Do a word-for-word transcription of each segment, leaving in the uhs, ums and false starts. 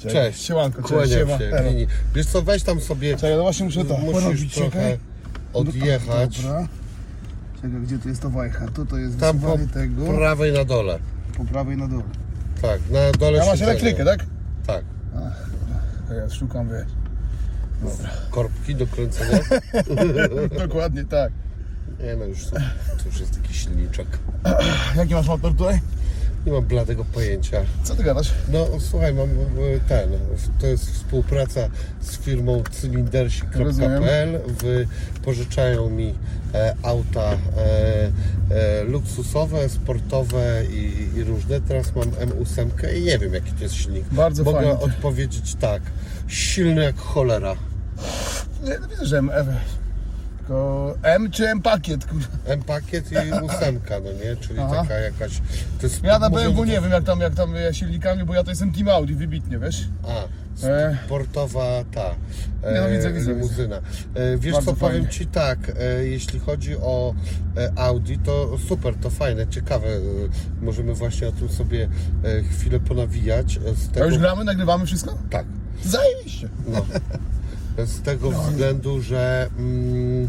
Cześć. Siemanko, cześć. Kłaniam Siema. się. Mini. Wiesz co, weź tam sobie, Czekaj, no właśnie muszę to musisz porobić, trochę czekaj. odjechać. Dobra. Czekaj, gdzie tu jest to wajcha? To to jest Tam po wysuwanie tego. prawej na dole. Po prawej na dole. Tak, na dole A masz siedzenia. elektrykę, tak? Tak. Ach, dobra. Ja szukam, wiesz. Dobra. Korbki do kręcenia? Dokładnie tak. Nie no, już są, to już jest taki silniczek. Jaki masz motor tutaj? Nie mam bladego pojęcia. Co ty gadasz? No słuchaj, mam e, ten, to jest współpraca z firmą cylindersi kropka p l. Wypożyczają mi e, auta e, e, luksusowe, sportowe i, i różne. Teraz mam M osiem i nie wiem jaki to jest silnik. Bardzo Mogę fajny. odpowiedzieć tak, silny jak cholera. Nie, no widzę, że M. Tylko M czy M pakiet? M-pakiet i ósemka, no nie? Czyli Aha. taka jakaś... To jest, Ja na B M W mówią, nie wiem jak tam, jak tam e, silnikami, bo ja to jestem Team Audi, wybitnie, wiesz? A, E. sportowa ta Nie, no, e, widzę, widzę, limuzyna. E, wiesz Bardzo co, powiem fajnie. Ci tak, e, jeśli chodzi o e, Audi, to super, to fajne, ciekawe. E, możemy właśnie o tym sobie e, chwilę ponawijać. E, Z A tego, już gramy, nagrywamy wszystko? tak, Zajebiście. no. Z tego względu, że mm,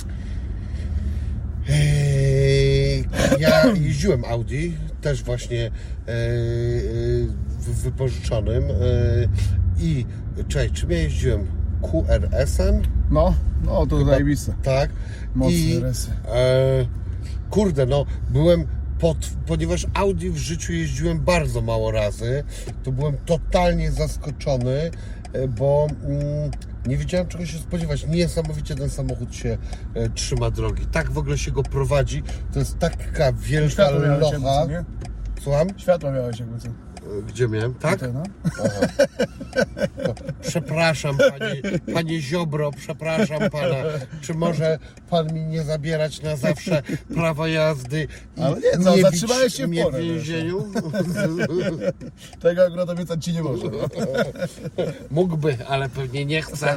e, ja jeździłem Audi, też właśnie e, e, w wypożyczonym e, i czekaj, czym ja jeździłem? Q R S-em? No, no to zajebiste. Tak. Mocne I resy. e, kurde, no byłem pod, ponieważ Audi w życiu jeździłem bardzo mało razy, to byłem totalnie zaskoczony, e, bo mm, nie wiedziałem czego się spodziewać. Niesamowicie ten samochód się e, trzyma drogi. Tak w ogóle się go prowadzi. To jest taka wielka Światło miałeś jakby locha. co, nie? Słucham? Światła miałeś jakby co. Gdzie miałem? Tak? Tutaj, no. Aha. To, przepraszam panie, panie Ziobro, przepraszam pana. Czy może pan mi nie zabierać na zawsze prawa jazdy i Ale nie, no, nie zatrzymałeś bić się w mnie porę, w więzieniu? Tego akurat obiecać ci nie może. No. Mógłby, ale pewnie nie chce.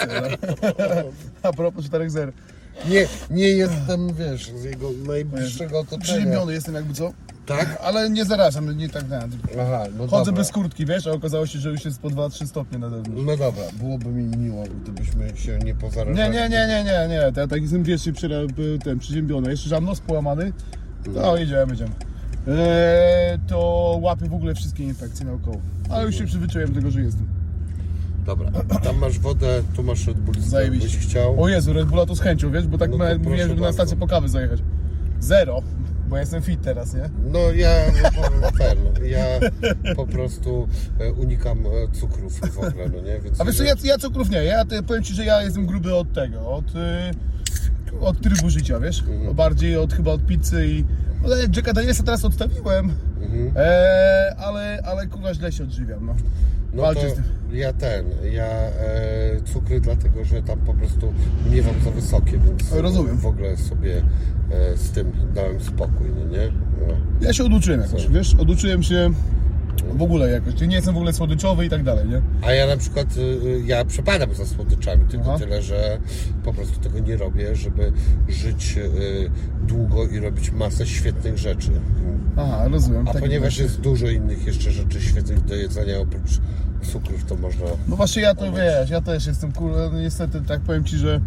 A propos cztery zero. Nie, nie jestem, wiesz, z jego najbliższego otoczenia. Przyziemiony jestem jakby co. Tak? Ale nie zarażam, nie tak na. Aha, no Chodzę dobra. bez kurtki, wiesz, a okazało się, że już jest po dwa trzy stopnie na zewnątrz. No dobra, byłoby mi miło, gdybyśmy się nie pozarażali. Nie, nie, nie, nie, nie, nie. Ja tak jestem pierwszy ten przyziemiony. Jeszcze żam nos połamany. No jedziemy, jedziemy. Eee, to łapię w ogóle wszystkie infekcje naokoło. Ale już się przyzwyczaiłem do tego, że jestem. Dobra, tam masz wodę, tu masz Red Bull, Zajebiście. byś chciał. O Jezu, Red Bulla to z chęcią, wiesz, bo tak No to no proszę mówiłem, żeby na bardzo. stację po kawę zajechać. Zero, bo ja jestem fit teraz, nie? No ja, no, ten, ja po prostu e, unikam e, cukrów w ogóle, no nie? Więc A wiesz co, ja, ja cukrów nie, ja te, powiem Ci, że ja jestem gruby od tego, od, y, od trybu życia, wiesz? Mhm. Bardziej od chyba od pizzy i... No Jacka Danielsa teraz odstawiłem, Mhm. e, ale, ale kurwa źle się odżywiam, no. No Walczę to z tym. ja ten, ja e, cukry dlatego, że tam po prostu nie mam za wysokie, więc Rozumiem. w ogóle sobie e, z tym dałem spokój, no nie? No. Ja się oduczyłem jakoś, wiesz? Oduczyłem się w ogóle jakoś, czyli nie jestem w ogóle słodyczowy i tak dalej, nie? A ja na przykład, y, ja przepadam za słodyczami, tylko Aha. tyle, że po prostu tego nie robię, żeby żyć y, długo i robić masę świetnych rzeczy. Aha, rozumiem. A tak ponieważ jak- jest dużo innych jeszcze rzeczy świetnych do jedzenia, oprócz cukrów, to można... No właśnie ja to wiesz, ja też jestem kurwa, no niestety tak powiem Ci, że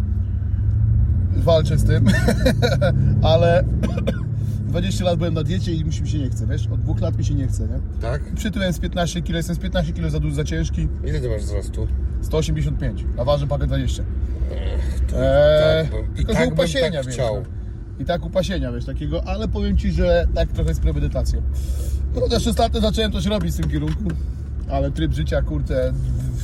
walczę z tym, ale dwadzieścia lat byłem na diecie i mi się nie chce, wiesz? Od dwóch lat mi się nie chce, nie? Tak? Przytyłem z piętnaście kilo, jestem z piętnaście kilo za duży, za ciężki, Ile ty masz wzrostu? sto osiemdziesiąt pięć, a ważę pakę dwadzieścia. To Eee, tak, bym- I tylko, że tak bym upasienia, tak wiesz, chciał. no. I tak upasienia, wiesz, takiego, ale powiem Ci, że tak trochę z premedytacją. No też ostatnio zacząłem coś robić w tym kierunku, ale tryb życia, kurde,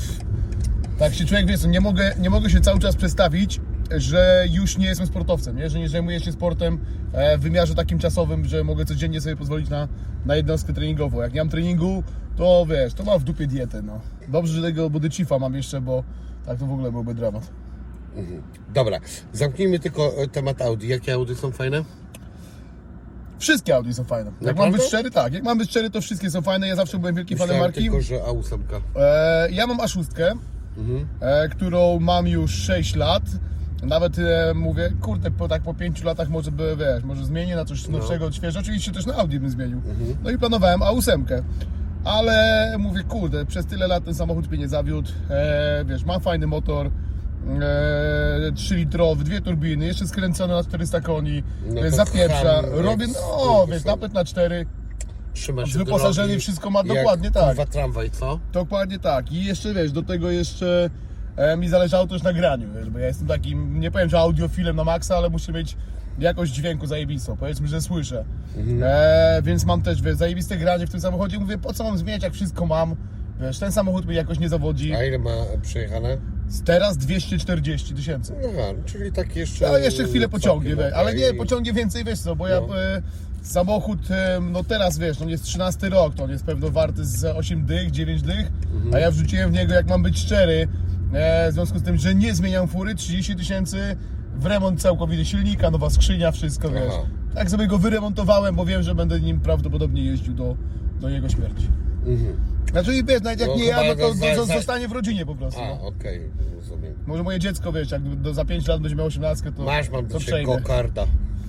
tak się człowiek, wiesz, nie mogę, nie mogę się cały czas przestawić, że już nie jestem sportowcem, nie? Że nie zajmuję się sportem e, w wymiarze takim czasowym, że mogę codziennie sobie pozwolić na, na jednostkę treningową. Jak nie mam treningu, to wiesz, to mam w dupie dietę, no. Dobrze, że tego body chiefa mam jeszcze, bo tak to w ogóle byłby dramat. Mhm. Dobra, zamknijmy tylko e, temat Audi. Jakie Audi są fajne? Wszystkie Audi są fajne. Jak Naprawdę? mam być szczery, tak. Jak mam być szczery, to wszystkie są fajne. Ja zawsze byłem wielkim fanem Myślałem marki. tylko, że A osiem. E, ja mam A sześć, Mhm. e, którą mam już sześć lat. Nawet e, mówię, kurde, po, tak po pięciu latach może by, wiesz, może zmienię na coś nowszego, świeżego. Oczywiście też na Audi bym zmienił. Mhm. No i planowałem A osiem. ale mówię, kurde, przez tyle lat ten samochód mnie nie zawiódł, e, wiesz, ma fajny motor, e, trzy litrowy, dwie turbiny, jeszcze skręcone na czterysta koni, No wiesz, to zapieprza, ham, robię, jak no, z- wiesz, napęd na cztery, Trzyma się wyposażenie drogi, wszystko ma jak, dokładnie tak. kurwa, tramwaj, co? Dokładnie tak. I jeszcze wiesz, do tego jeszcze e, mi zależało też na graniu, wiesz, bo ja jestem takim, nie powiem, że audiofilem na maksa, ale muszę mieć jakość dźwięku zajebistą, powiedzmy, że słyszę. Mhm. E, więc mam też, wiesz, zajebiste granie w tym samochodzie. Mówię, po co mam zmieniać, jak wszystko mam? Wiesz, ten samochód mnie jakoś nie zawodzi. A ile ma przejechane? Teraz dwieście czterdzieści tysięcy. Aha, czyli tak jeszcze... Ale jeszcze chwilę pociągnie, całkiem wiesz, ale nie, okej. pociągnie więcej, wiesz co, bo ja No. e, samochód, e, no teraz wiesz, no jest trzynasty rok, to on jest pewno warty z osiem dych, dziewięć dych, Mhm. a ja wrzuciłem w niego, jak mam być szczery, e, w związku z tym, że nie zmieniam fury, trzydzieści tysięcy, w remont całkowity silnika, nowa skrzynia, wszystko, wiesz. Aha. Tak sobie go wyremontowałem, bo wiem, że będę nim prawdopodobnie jeździł do, do jego śmierci. Mhm. Znaczy i wiesz, nawet jak No nie ja, chyba no to, za- to za- zostanie w rodzinie po prostu. A, No. okej, rozumiem. Może moje dziecko, wiesz, jak do, za pięć lat będzie miał osiemnastkę, to, Masz, mam to do ciebie przejmę. go-karda.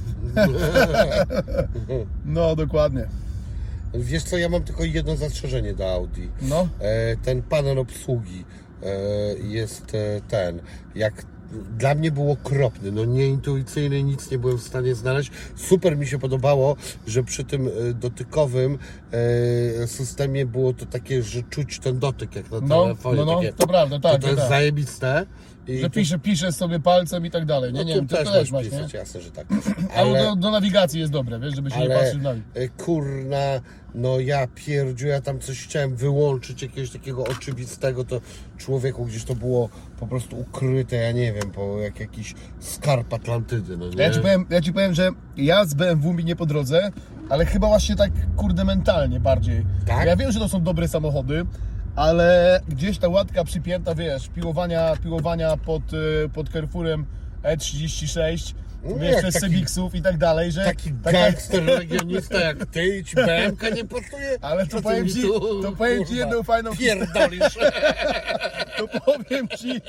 No, dokładnie. Wiesz co, ja mam tylko jedno zastrzeżenie do Audi. No. E, ten panel obsługi e, jest e, ten, jak dla mnie był okropny, no nieintuicyjny, nic nie byłem w stanie znaleźć. Super mi się podobało, że przy tym e, dotykowym e, systemie było to takie, że czuć ten dotyk jak na No, telefonie. no, no, takie, to prawda, tak, to, to tak, jest tak. zajebiste. I Że to- pisze, pisze sobie palcem i tak dalej, nie? no Nie tu wiem, ty też, też masz, masz nie? pisać, jasne, że tak. Ale Ale, do, do nawigacji jest dobre, wiesz, żeby się nie ale patrzył na e, kurna, no ja pierdziu, ja tam coś chciałem wyłączyć, jakiegoś takiego oczywistego, to człowieku gdzieś to było po prostu ukryte, ja nie wiem, po jak jakiś skarb Atlantydy, no nie? Ja ci, powiem, ja ci powiem, że ja z B M W mi nie po drodze, ale chyba właśnie tak, kurde, mentalnie bardziej. Tak? Ja wiem, że to są dobre samochody, ale gdzieś ta łatka przypięta, wiesz, piłowania, piłowania pod, y, pod Carrefourem E trzydzieści sześć, No wiesz, jak przez taki- Sebiksów i tak dalej, że... Taki taka- gangster regionista jak ty i ci B M K nie pasuje? Ale Co to ty powiem mi ci, tu, to powiem ci kurwa, jedną fajną pierdolisz. To powiem ci,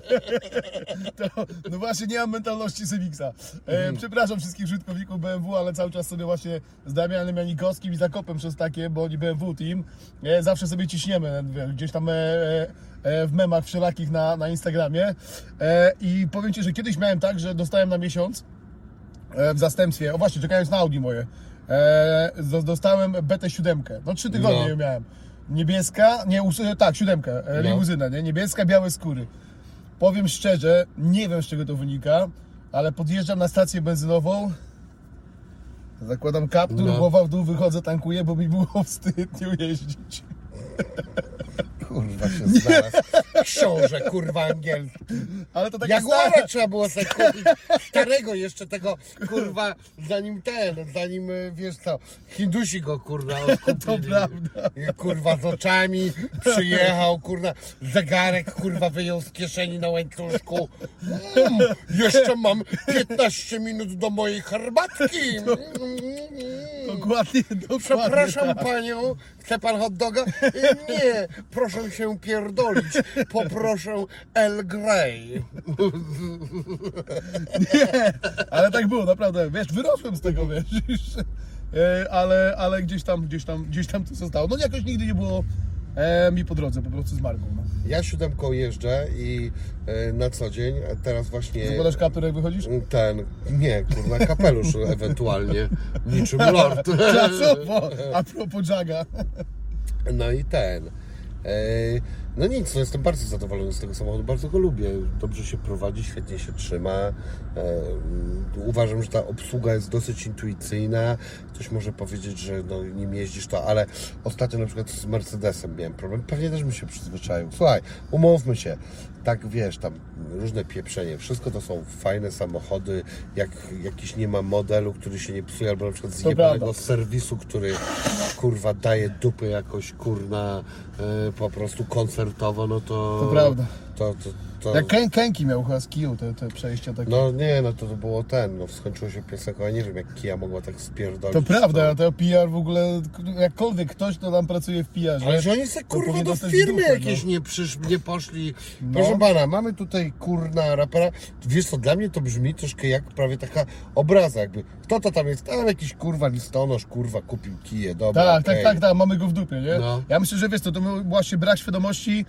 to, no właśnie nie mam mentalności Sebiksa. E, przepraszam wszystkich użytkowników B M W, ale cały czas sobie właśnie z Damianem Janikowskim i Zakopem przez takie, bo oni B M W team, e, zawsze sobie ciśniemy wiesz, gdzieś tam e, e, w memach wszelakich na, na Instagramie. E, I powiem ci, że kiedyś miałem tak, że dostałem na miesiąc e, w zastępstwie, o właśnie, czekając na Audi moje, e, do- dostałem B T siedem, no trzy tygodnie No. ją miałem. Niebieska, nie, us- tak, siódemkę, e, No. limuzyna, nie? Niebieska, białe skóry. Powiem szczerze, nie wiem z czego to wynika, ale podjeżdżam na stację benzynową, zakładam kaptur, No. głowa w dół, wychodzę, tankuję, bo mi było wstyd nią jeździć. Kurwa się znalazł. Książę, kurwa, angielski. Ale to taka Jaguara trzeba było sobie kupić. Starego jeszcze tego, kurwa, zanim ten, zanim, e, wiesz co, Hindusi go, kurwa, odkupili. To prawda. I, kurwa, z oczami przyjechał, kurwa, zegarek, kurwa, wyjął z kieszeni na łańcuszku. Mm, jeszcze mam piętnaście minut do mojej herbatki. Mm, Dokładnie, dokładnie. Przepraszam tak. panią, chce pan hot doga? Nie, proszę się pierdolić, poproszę Earl Grey. Nie, ale tak było, naprawdę, wiesz, wyrosłem z tego, wiesz, e, ale, ale gdzieś tam, gdzieś tam, gdzieś tam to zostało. No jakoś nigdy nie było e, mi po drodze, po prostu z Marką. No. Ja siódemką jeżdżę i e, na co dzień, a teraz właśnie Zakładasz kaptur, jak wychodzisz? ten, nie, kurwa, kapelusz ewentualnie, niczym lord. Czasowo, a propos Jaga. No i ten. E, no nic, no jestem bardzo zadowolony z tego samochodu, bardzo go lubię. Dobrze się prowadzi, świetnie się trzyma. E, uważam, że ta obsługa jest dosyć intuicyjna. Ktoś może powiedzieć, że no, nim jeździsz to, ale ostatnio na przykład z Mercedesem miałem problem. Pewnie też bym się przyzwyczaił. Słuchaj, umówmy się. Tak wiesz, tam różne pieprzenie, wszystko to są fajne samochody, jak jakiś nie ma modelu, który się nie psuje, albo na przykład zjebanego prawda. serwisu, który kurwa daje dupy jakoś kurna e, po prostu koncertowo, no to, To prawda. To, to, to... Jak Ken, Kenki miał chyba z Kiju te, te przejścia takie. No nie, no to, to było ten, no skończyło się piosenką, ja nie wiem jak Kia mogła tak spierdolić. To prawda, to P R w ogóle, jakkolwiek ktoś, kto tam pracuje w P R-ze. Ale że oni se kurwa powinien do dostać firmy dupę, jakieś no. nie, przysz, nie poszli. No. Proszę pana, mamy tutaj kurna rapera. Wiesz co, dla mnie to brzmi troszkę jak prawie taka obraza jakby. Kto to tam jest? Tam jakiś kurwa listonosz, kurwa kupił kiję, dobra. Tak, okay. tak, tak, tak, mamy go w dupie, nie? No. Ja myślę, że wiesz, to, to był właśnie brak świadomości,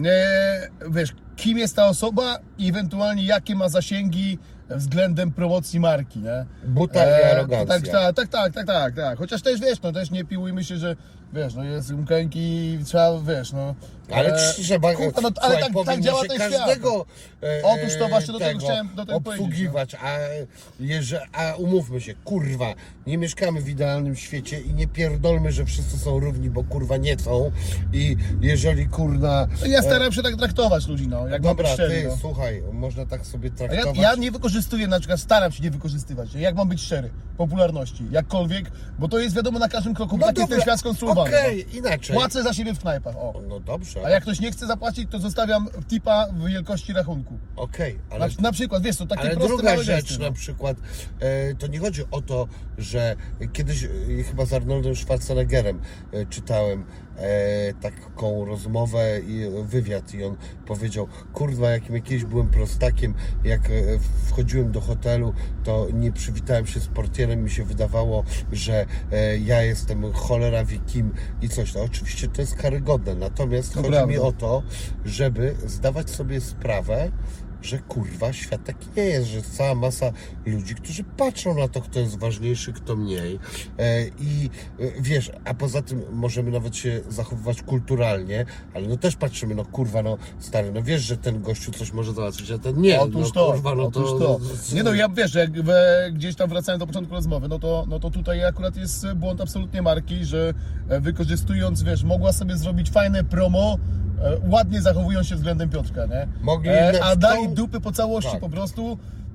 e, wiesz, kim jest ta osoba i ewentualnie jakie ma zasięgi względem promocji marki, nie? Buta i arogancja. Tak, tak, tak, tak, tak, tak, tak. Chociaż też, wiesz, no też nie piłujmy się, że, wiesz, no jest umkęki i trzeba, wiesz, no... Ale e, trzeba, kurwa, no, słuchaj, ale tak, tak powinno działa się ten każdego świat. e, Otóż to właśnie do tego tego chciałem do tego obsługiwać, a, jeże, a umówmy się, kurwa, nie mieszkamy w idealnym świecie i nie pierdolmy, że wszyscy są równi, bo kurwa nie są i jeżeli kurna... No ja staram się tak traktować ludzi, no, jak mam być Dobra, szczery, ty, no. słuchaj, można tak sobie A Ja, traktować. ja nie wykorzystuję, na przykład staram się nie wykorzystywać, jak mam być szczery, popularności, jakkolwiek, bo to jest wiadomo na każdym kroku, bo No tak jest ten dobra, świat skonstruowany. okej, no. inaczej. Płacę za siebie w knajpach, o. No dobrze, A jak ktoś nie chce zapłacić, to zostawiam tipa w wielkości rachunku. okej, Na, ale... na przykład, wiesz, to takie Ale proste druga małe rzecz, gesty, na no. przykład, e, to nie chodzi o to, że kiedyś e, chyba z Arnoldem Schwarzeneggerem e, czytałem e, taką rozmowę i wywiad i on powiedział, kurwa, jakim ja kiedyś byłem prostakiem, jak e, wchodziłem do hotelu, to nie przywitałem się z portierem, mi się wydawało, że e, ja jestem cholera wie kim i coś. No, oczywiście to jest karygodne, natomiast To chodzi prawda. mi o to, żeby zdawać sobie sprawę, że kurwa świat taki nie jest, że jest cała masa ludzi, którzy patrzą na to, kto jest ważniejszy, kto mniej e, i e, wiesz, a poza tym możemy nawet się zachowywać kulturalnie, ale no też patrzymy, no kurwa, no stary, no wiesz, że ten gościu coś może załatwić, a ten nie, Otóż no to, kurwa, no otóż to... to. Nie no, ja wiesz, jak we, gdzieś tam wracając do początku rozmowy, no to, no to tutaj akurat jest błąd absolutnie marki, że e, wykorzystując, wiesz, mogła sobie zrobić fajne promo, e, ładnie zachowują się względem Piotrka, nie? Mogli E, na- a dali tą- dupy po całości Tak. po prostu.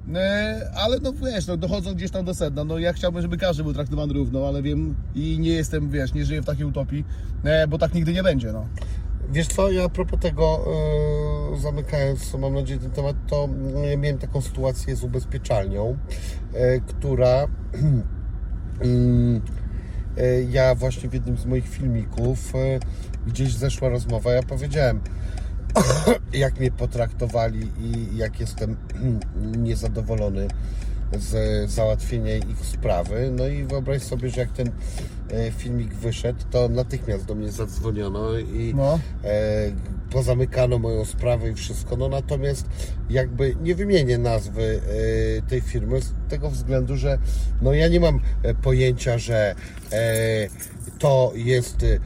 E, ale no wiesz, no, dochodzą gdzieś tam do sedna, no ja chciałbym, żeby każdy był traktowany równo, ale wiem i nie jestem, wiesz, nie żyję w takiej utopii, e, bo tak nigdy nie będzie, no. Wiesz co, ja a propos tego, yy, zamykając, mam nadzieję, ten temat, to yy, miałem taką sytuację z ubezpieczalnią, yy, która yy, yy, ja właśnie w jednym z moich filmików yy, gdzieś zeszła rozmowa, ja powiedziałem, jak mnie potraktowali i jak jestem niezadowolony z załatwienia ich sprawy. No i wyobraź sobie, że jak ten e, filmik wyszedł, to natychmiast do mnie zadzwoniono i No. e, pozamykano moją sprawę i wszystko. No natomiast jakby nie wymienię nazwy e, tej firmy z tego względu, że no ja nie mam e, pojęcia, że e, to jest e,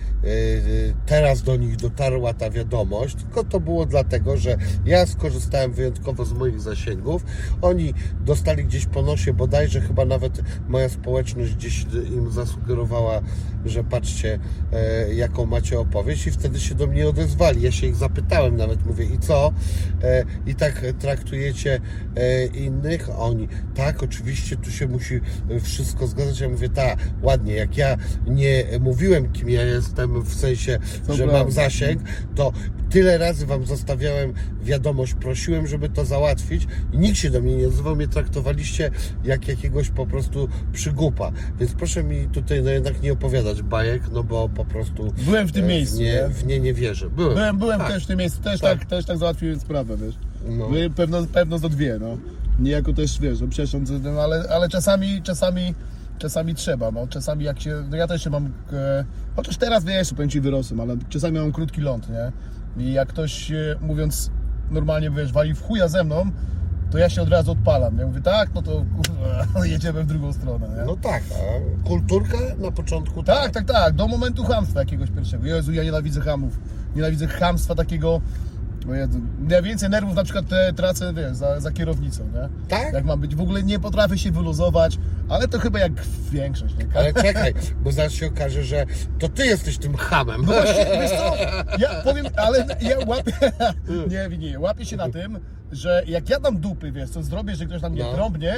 teraz do nich dotarła ta wiadomość, tylko to było dlatego, że ja skorzystałem wyjątkowo z moich zasięgów. Oni dostali gdzieś po nosie, bodajże chyba nawet moja społeczność gdzieś im zasugerowała, że patrzcie, e, jaką macie opowieść i wtedy się do mnie odezwali. Ja się ich zapytałem nawet, mówię i co? E, I tak traktujecie e, innych? Oni, tak, oczywiście tu się musi wszystko zgadzać. Ja mówię, tak, ładnie, jak ja nie mówiłem, kim ja jestem, w sensie, To że prawda. mam zasięg, to tyle razy wam zostawiałem wiadomość, prosiłem, żeby to załatwić i nikt się do mnie nie odzywał, mnie traktowaliście jak jakiegoś po prostu przygłupa. Więc proszę mi tutaj no jednak nie opowiadać bajek, no bo po prostu Byłem w tym e, miejscu, w nie, nie? w nie nie wierzę. Byłem, Byłem, byłem tak. też w tym miejscu, też Tak. tak, też tak załatwiłem sprawę, wiesz. No. Byłem pewno, pewno za dwie, no. Niejako też, wiesz, no, przesząc, no, ale, ale czasami, czasami, czasami trzeba, no. Czasami jak się, no ja też się mam, e, chociaż teraz, wiesz, powiem Ci wyrosłem, ale czasami mam krótki ląd, nie? I jak ktoś, e, mówiąc normalnie, wiesz, wali w chuja ze mną, to ja się od razu odpalam, nie? Mówię, tak, no to kurwa, jedziemy w drugą stronę, nie? No tak, a kulturka na początku Tak, tak, tak, do momentu chamstwa jakiegoś pierwszego. Jezu, ja nienawidzę chamów. Nienawidzę chamstwa takiego. O Jezu, ja więcej nerwów na przykład te tracę, wiesz, za, za kierownicą, nie? Tak? Jak mam być, w ogóle nie potrafię się wyluzować, ale to chyba jak większość, nie? Ale czekaj, bo zaraz się okaże, że to ty jesteś tym chamem. No właśnie, wiesz co, ja powiem, ale ja łapię, nie, nie, łapię się na tym, że jak ja dam dupy, wiesz, co zrobię, że ktoś tam mnie No. trąbnie,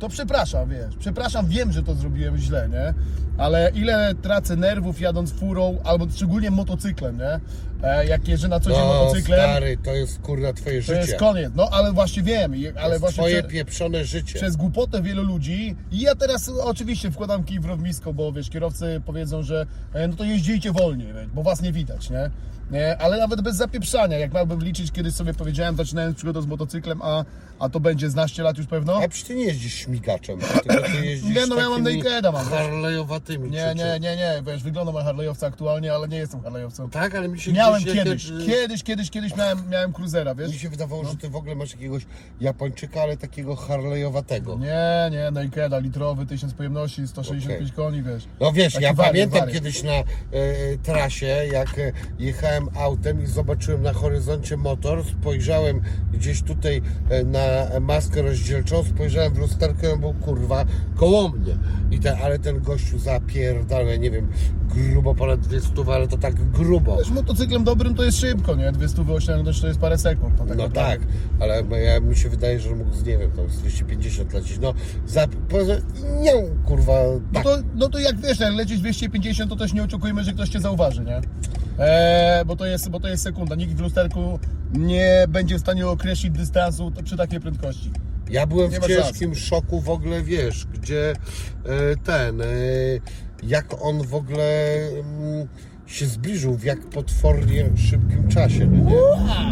to przepraszam, wiesz, przepraszam, wiem, że to zrobiłem źle, nie? Ale ile tracę nerwów jadąc furą, albo szczególnie motocyklem, nie? E, jak jeżdżę na co dzień No motocyklem, stary, to jest kurwa twoje to życie. jest koniec. No ale właśnie wiem, i- To ale jest właśnie twoje prze, pieprzone życie. przez głupotę wielu ludzi i ja teraz oczywiście wkładam kij w rowisko, bo wiesz, kierowcy powiedzą, że e, no to jeździcie wolniej, wiesz, bo was nie widać, nie? Nie, ale nawet bez zapieprzania, jak miałbym liczyć, kiedyś sobie powiedziałem, zaczynając przygodę z motocyklem, a, a to będzie z naście lat już pewno. A przecież ty nie jeździsz śmigaczem, tylko ty jeździsz Nie, no ja mam takimi nakeda, mam, wiesz. harlejowatymi. Nie, czy- nie, czy- nie, nie, wiesz, wyglądam na harlejowca aktualnie, ale nie jestem harlejowcem. Tak, ale mi się Miałem gdzieś jak- kiedyś, jak- kiedyś, kiedyś, kiedyś miałem, miałem cruzera, wiesz? Mi się wydawało, że ty w ogóle masz jakiegoś Japończyka, ale takiego harlejowatego. Nie, nie, nakeda, litrowy, tysiąc pojemności, sto sześćdziesiąt pięć koni, wiesz. No wiesz, Taki ja wariant, pamiętam wariant. kiedyś na e, trasie, jak e, jechałem autem i zobaczyłem na horyzoncie motor, spojrzałem gdzieś tutaj e, na maskę rozdzielczą, spojrzałem w lusterkę i on był kurwa koło mnie. I te, ale ten gościu zapierdał, ja nie wiem, grubo ponad dwie stówy, ale to tak grubo. Wiesz, motocyklem dobrym to jest szybko, nie? Dwie stówy osiągnąć to jest parę sekund. No, tak No naprawdę. tak, ale ja, mi się wydaje, że mógł z, nie wiem, tam z dwieście pięćdziesiąt lecieć. No, za, poza, nie, kurwa, No tak. to, no to jak wiesz, jak lecisz dwieście pięćdziesiąt, to też nie oczekujemy, że ktoś cię zauważy, nie? Eee, bo, to jest, bo to jest sekunda. Nikt w lusterku nie będzie w stanie określić dystansu przy takiej prędkości. Ja byłem Nie w masz ciężkim szoku w ogóle, wiesz, gdzie e, ten, e, jak on w ogóle mm, się zbliżył w jak potwornie szybkim czasie, no nie?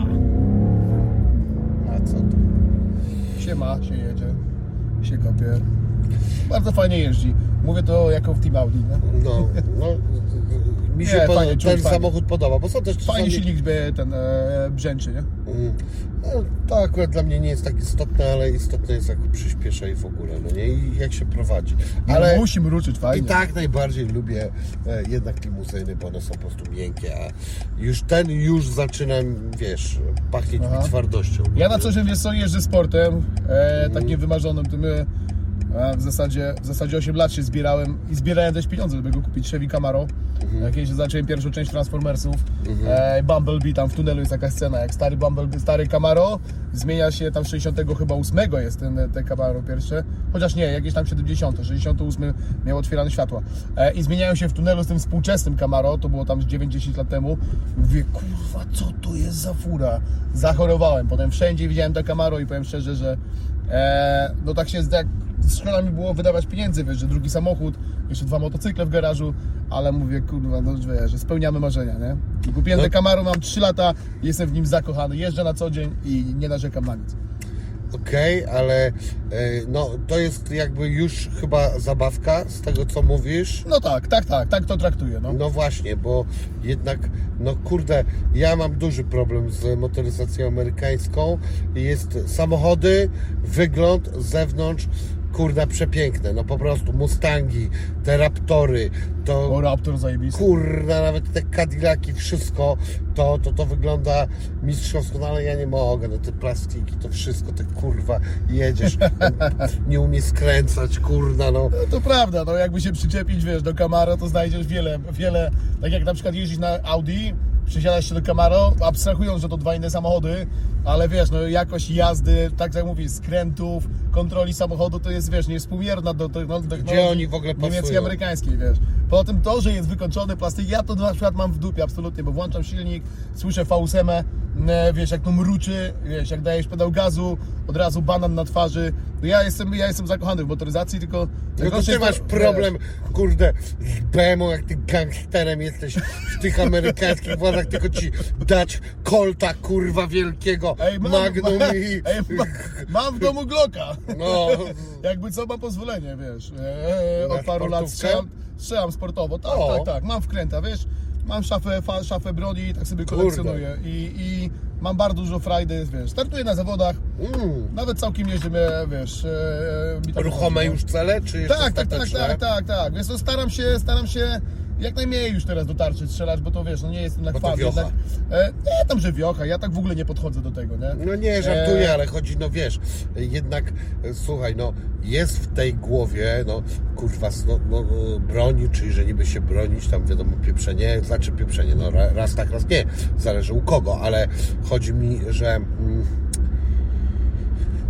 A co to? Się ma, się jedzie, się kopie. Bardzo fajnie jeździ. Mówię to jako w Team Audi, nie? No, no, mi się Nie, po, fajnie, ten czuć, fajnie. samochód podoba, bo są też Fajnie czasami... silnik by ten e, brzęczy, nie? Mm, no, to akurat dla mnie nie jest tak istotne, ale istotne jest jak przyspiesza i w ogóle, no nie? I jak się prowadzi. Ale Ale musi mruczyć i fajnie. tak najbardziej lubię e, jednak limuzyny, bo one są po prostu miękkie, a już ten już zaczynam, wiesz, pachnieć Aha. mi twardością. Ja na co dzień, wiesz co, jeżdżę sportem, e, tak niewymarzonym, tym e, w zasadzie, w zasadzie osiem lat się zbierałem i zbierałem też pieniądze, żeby go kupić, Chevy Camaro. Jak kiedyś zacząłem pierwszą część Transformersów, e, Bumblebee, tam w tunelu jest taka scena, jak stary Bumblebee, stary Camaro, zmienia się tam sześćdziesiątego chyba ósmego jest ten, ten Camaro pierwszy, chociaż nie, jakieś tam siedemdziesiąte, sześćdziesiąty ósmy miał otwierane światła. E, I zmieniają się w tunelu z tym współczesnym Camaro, to było tam z dziewięć dziesięć lat temu. Mówię, kurwa, co to jest za fura? Zachorowałem, potem wszędzie widziałem to Camaro i powiem szczerze, że e, no tak się, tak szkoda mi było wydawać pieniędzy, wiesz, że drugi samochód, jeszcze dwa motocykle w garażu, ale mówię, kurwa, no wiesz, że spełniamy marzenia, nie? I kupiłem No. te Camaro, mam trzy lata, jestem w nim zakochany, jeżdżę na co dzień i nie narzekam na nic. Okej, ale e, no to jest jakby już chyba zabawka z tego, co mówisz. No tak, tak, tak, tak to traktuję, no. No właśnie, bo jednak, no kurde, ja mam duży problem z motoryzacją amerykańską. Jest samochody, wygląd z zewnątrz, kurde, przepiękne. No po prostu Mustangi, te Raptory, to O, Raptor zajebisty. kurna, nawet te Cadillaki, wszystko, to, to, to wygląda mistrzowsko, no ale ja nie mogę, no te plastiki, to wszystko, te kurwa, jedziesz, nie umie skręcać, kurna, no. No to prawda, no jakby się przyczepić, wiesz, do Camaro, to znajdziesz wiele, wiele, tak jak na przykład jeździsz na Audi, przysiadasz się do Camaro, abstrahując, że to dwa inne samochody, ale wiesz, no jakość jazdy, tak jak mówisz, skrętów, kontroli samochodu, to jest, wiesz, niewspółmierna do technologii oni w ogóle niemieckiej, pasują? amerykańskiej, wiesz. Poza tym to, że jest wykończony plastik, ja to na przykład mam w dupie absolutnie, bo włączam silnik, słyszę V osiem, wiesz, jak to mruczy, wiesz, jak dajesz pedał gazu, od razu banan na twarzy. No ja jestem, ja jestem zakochany w motoryzacji, tylko... No to ty masz problem, kurde, z B M W, jak ty gangsterem jesteś w tych amerykańskich władzach, tylko ci dać Colta, kurwa, wielkiego, Ej, mam, Magnum ma, i... ej, ma, mam w domu Glocka. No. Jakby co, mam pozwolenie, wiesz. E, Na od paru lat sportówkę? strzelam, strzelam sportowo. Tak, O. tak, tak. Mam wkręta, wiesz. Mam szafę, fa, szafę broni i tak sobie Kurde. kolekcjonuję. I, I mam bardzo dużo frajdy, wiesz. Startuję na zawodach. Mm. Nawet całkiem jeździ mnie, wiesz. E, mi tak Ruchome chodzi, już cele, czy jeszcze tak, tak, tak, stateczne? tak, tak, tak. Więc no staram się, staram się jak najmniej już teraz do tarczy strzelać, bo to wiesz, no nie jestem na Bo to kwan. wiocha. Jednak, e, nie tam, że wiocha, ja tak w ogóle nie podchodzę do tego, nie? No nie, żartuję, E, ale chodzi, no wiesz, jednak, e, słuchaj, no jest w tej głowie, no kurwa, no, no, no, broni, czyli że niby się bronić, tam wiadomo, pieprzenie, znaczy pieprzenie, no ra- raz tak, raz nie, zależy u kogo, ale chodzi mi, że mm,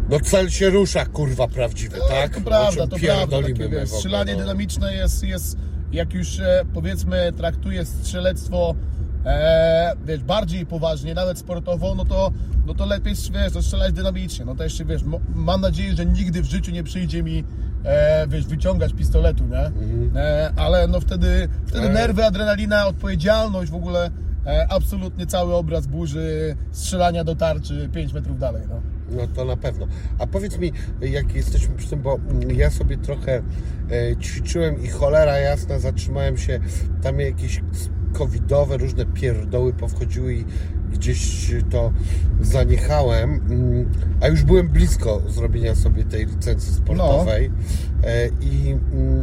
No cel się rusza, kurwa, prawdziwy, No, tak? to O prawda, czym to prawda. pierdolimy Takie, my wiesz, w ogóle, strzelanie no. dynamiczne jest, jest jak już e, powiedzmy traktuje strzelectwo e, wiesz, bardziej poważnie, nawet sportowo, no to, no to lepiej, wiesz, to strzelać dynamicznie. No to jeszcze, wiesz, mo, mam nadzieję, że nigdy w życiu nie przyjdzie mi e, wiesz, wyciągać pistoletu, nie? Mhm. E, ale no wtedy, wtedy Ale... nerwy, adrenalina, odpowiedzialność, w ogóle e, absolutnie cały obraz burzy, strzelania do tarczy pięć metrów dalej, no. No to na pewno. A powiedz mi, jak jesteśmy przy tym, bo ja sobie trochę e, ćwiczyłem i cholera jasna, zatrzymałem się, tam jakieś covidowe różne pierdoły powchodziły i gdzieś to zaniechałem, mm, a już byłem blisko zrobienia sobie tej licencji sportowej. No. e, i mm,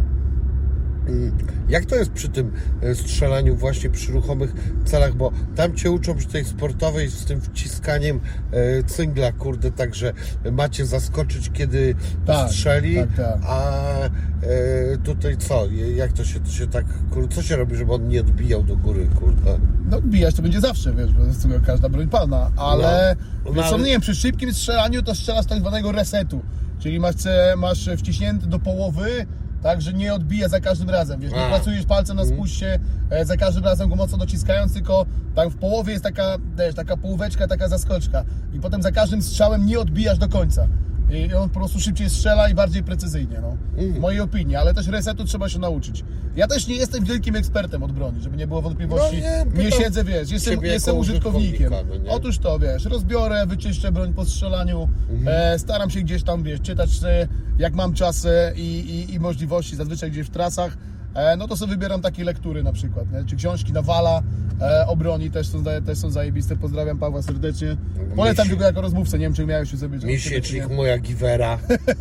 jak to jest przy tym strzelaniu właśnie przy ruchomych celach, bo tam Cię uczą przy tej sportowej z tym wciskaniem cyngla, kurde, tak, że macie zaskoczyć, kiedy tak, strzeli, tak, tak. a tutaj co? Jak to się, to się tak, kurde, co się robi, żeby on nie odbijał do góry, kurde? No odbijać to będzie zawsze, wiesz, bo jest każda broń palna, ale no, wiesz, no, co, ale... nie wiem, przy szybkim strzelaniu to strzelasz tak zwanego resetu, czyli masz, masz wciśnięty do połowy, tak, że nie odbija za każdym razem, wiesz, nie A. pracujesz palcem na spuście, e, za każdym razem go mocno dociskając, tylko tam w połowie jest taka, wiesz, taka półeczka, taka zaskoczka i potem za każdym strzałem nie odbijasz do końca i on po prostu szybciej strzela i bardziej precyzyjnie, no, w mojej opinii, ale też resetu trzeba się nauczyć. Ja też nie jestem wielkim ekspertem od broni, żeby nie było wątpliwości, no nie, nie siedzę, wiesz, jestem, jestem użytkownikiem. No Otóż to, wiesz, rozbiorę, wyczyszczę broń po strzelaniu, mhm. e, staram się gdzieś tam, wiesz, czytać, e, jak mam czas e, i, i, i możliwości, zazwyczaj gdzieś w trasach, e, no to sobie wybieram takie lektury na przykład, nie? Czy książki Nawala e, o broni też są, też są zajebiste, pozdrawiam Pawła serdecznie. Polecam Miesię... go jako rozmówcę, nie wiem, czy miałeś już sobie... Miesięcznik moja Givera.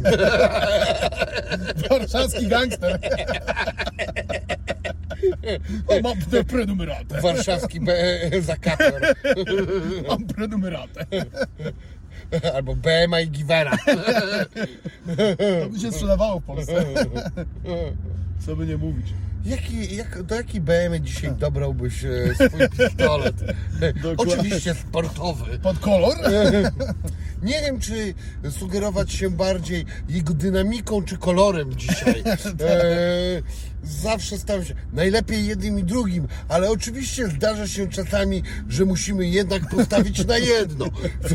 Warszawski gangster. O, mam tę prenumeratę. Warszawski be... zakator. Mam prenumeratę. Albo B M I Givera. To by się sprzedawało w Polsce. Co by nie mówić. Jaki, jak, do jakiej B M dzisiaj dobrałbyś swój pistolet? Oczywiście sportowy. Pod kolor? Nie wiem, czy sugerować się bardziej jego dynamiką, czy kolorem dzisiaj. E, zawsze staram się, najlepiej jednym i drugim, ale oczywiście zdarza się czasami, że musimy jednak postawić na jedno.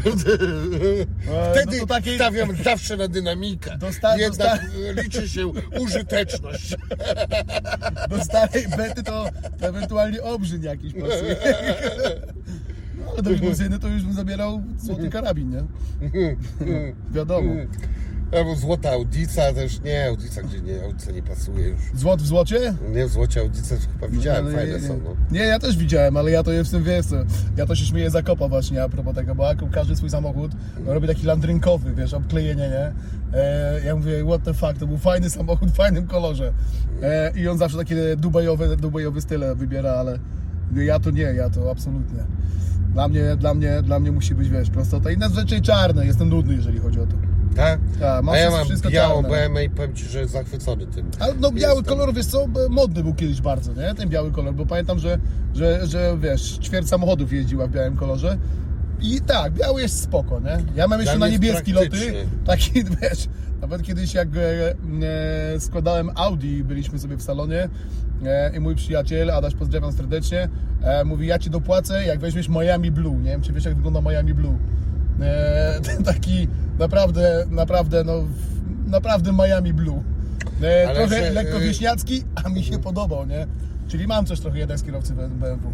Wtedy no takiej... stawiam zawsze na dynamikę. Dosta... Jednak Dosta... liczy się użyteczność. Do starej bety to, to ewentualnie obrzyn jakiś pasuje. No, ale do limuzyny to już bym zabierał złoty karabin, nie? Wiadomo. Albo złota Audica też, nie, Audica gdzie nie, Audica nie pasuje już. Złot w złocie? Nie, w złocie Audice chyba widziałem, no, fajne nie, są, no. Nie, ja też widziałem, ale ja to jestem, wiesz co, ja to się śmieję z Zakopa właśnie a propos tego, bo Jakub każdy swój samochód no, robi taki landrynkowy, wiesz, obklejenie, nie? E, ja mówię, what the fuck, to był fajny samochód w fajnym kolorze. E, I on zawsze takie dubajowe, dubajowe style wybiera, ale ja to nie, ja to absolutnie. Dla mnie, dla mnie, dla mnie musi być, wiesz, prostota i najzwyczaj czarne, jestem nudny, jeżeli chodzi o to. Tak? Ta, A ja mam białą czarne. B M W i powiem Ci, że zachwycony tym. Ale no biały Jestem. kolor, wiesz co, modny był kiedyś bardzo, nie? Ten biały kolor, bo pamiętam, że, że, że wiesz, ćwierć samochodów jeździła w białym kolorze. I tak, biały jest spoko, nie? Ja mam jeszcze Dla na mnie jest niebieskie loty, praktyczny. taki, wiesz, nawet kiedyś jak e, e, składałem Audi, byliśmy sobie w salonie e, i mój przyjaciel, Adaś, pozdrawiam serdecznie, e, mówi, ja Ci dopłacę, jak weźmiesz Miami Blue, nie wiem, czy wiesz, jak wygląda Miami Blue. E, taki naprawdę, naprawdę, no, naprawdę Miami Blue. E, Ale trochę że, lekko y- wieśniacki, a mi się podobał, nie? Czyli mam coś trochę jednak z kierowcy B M W.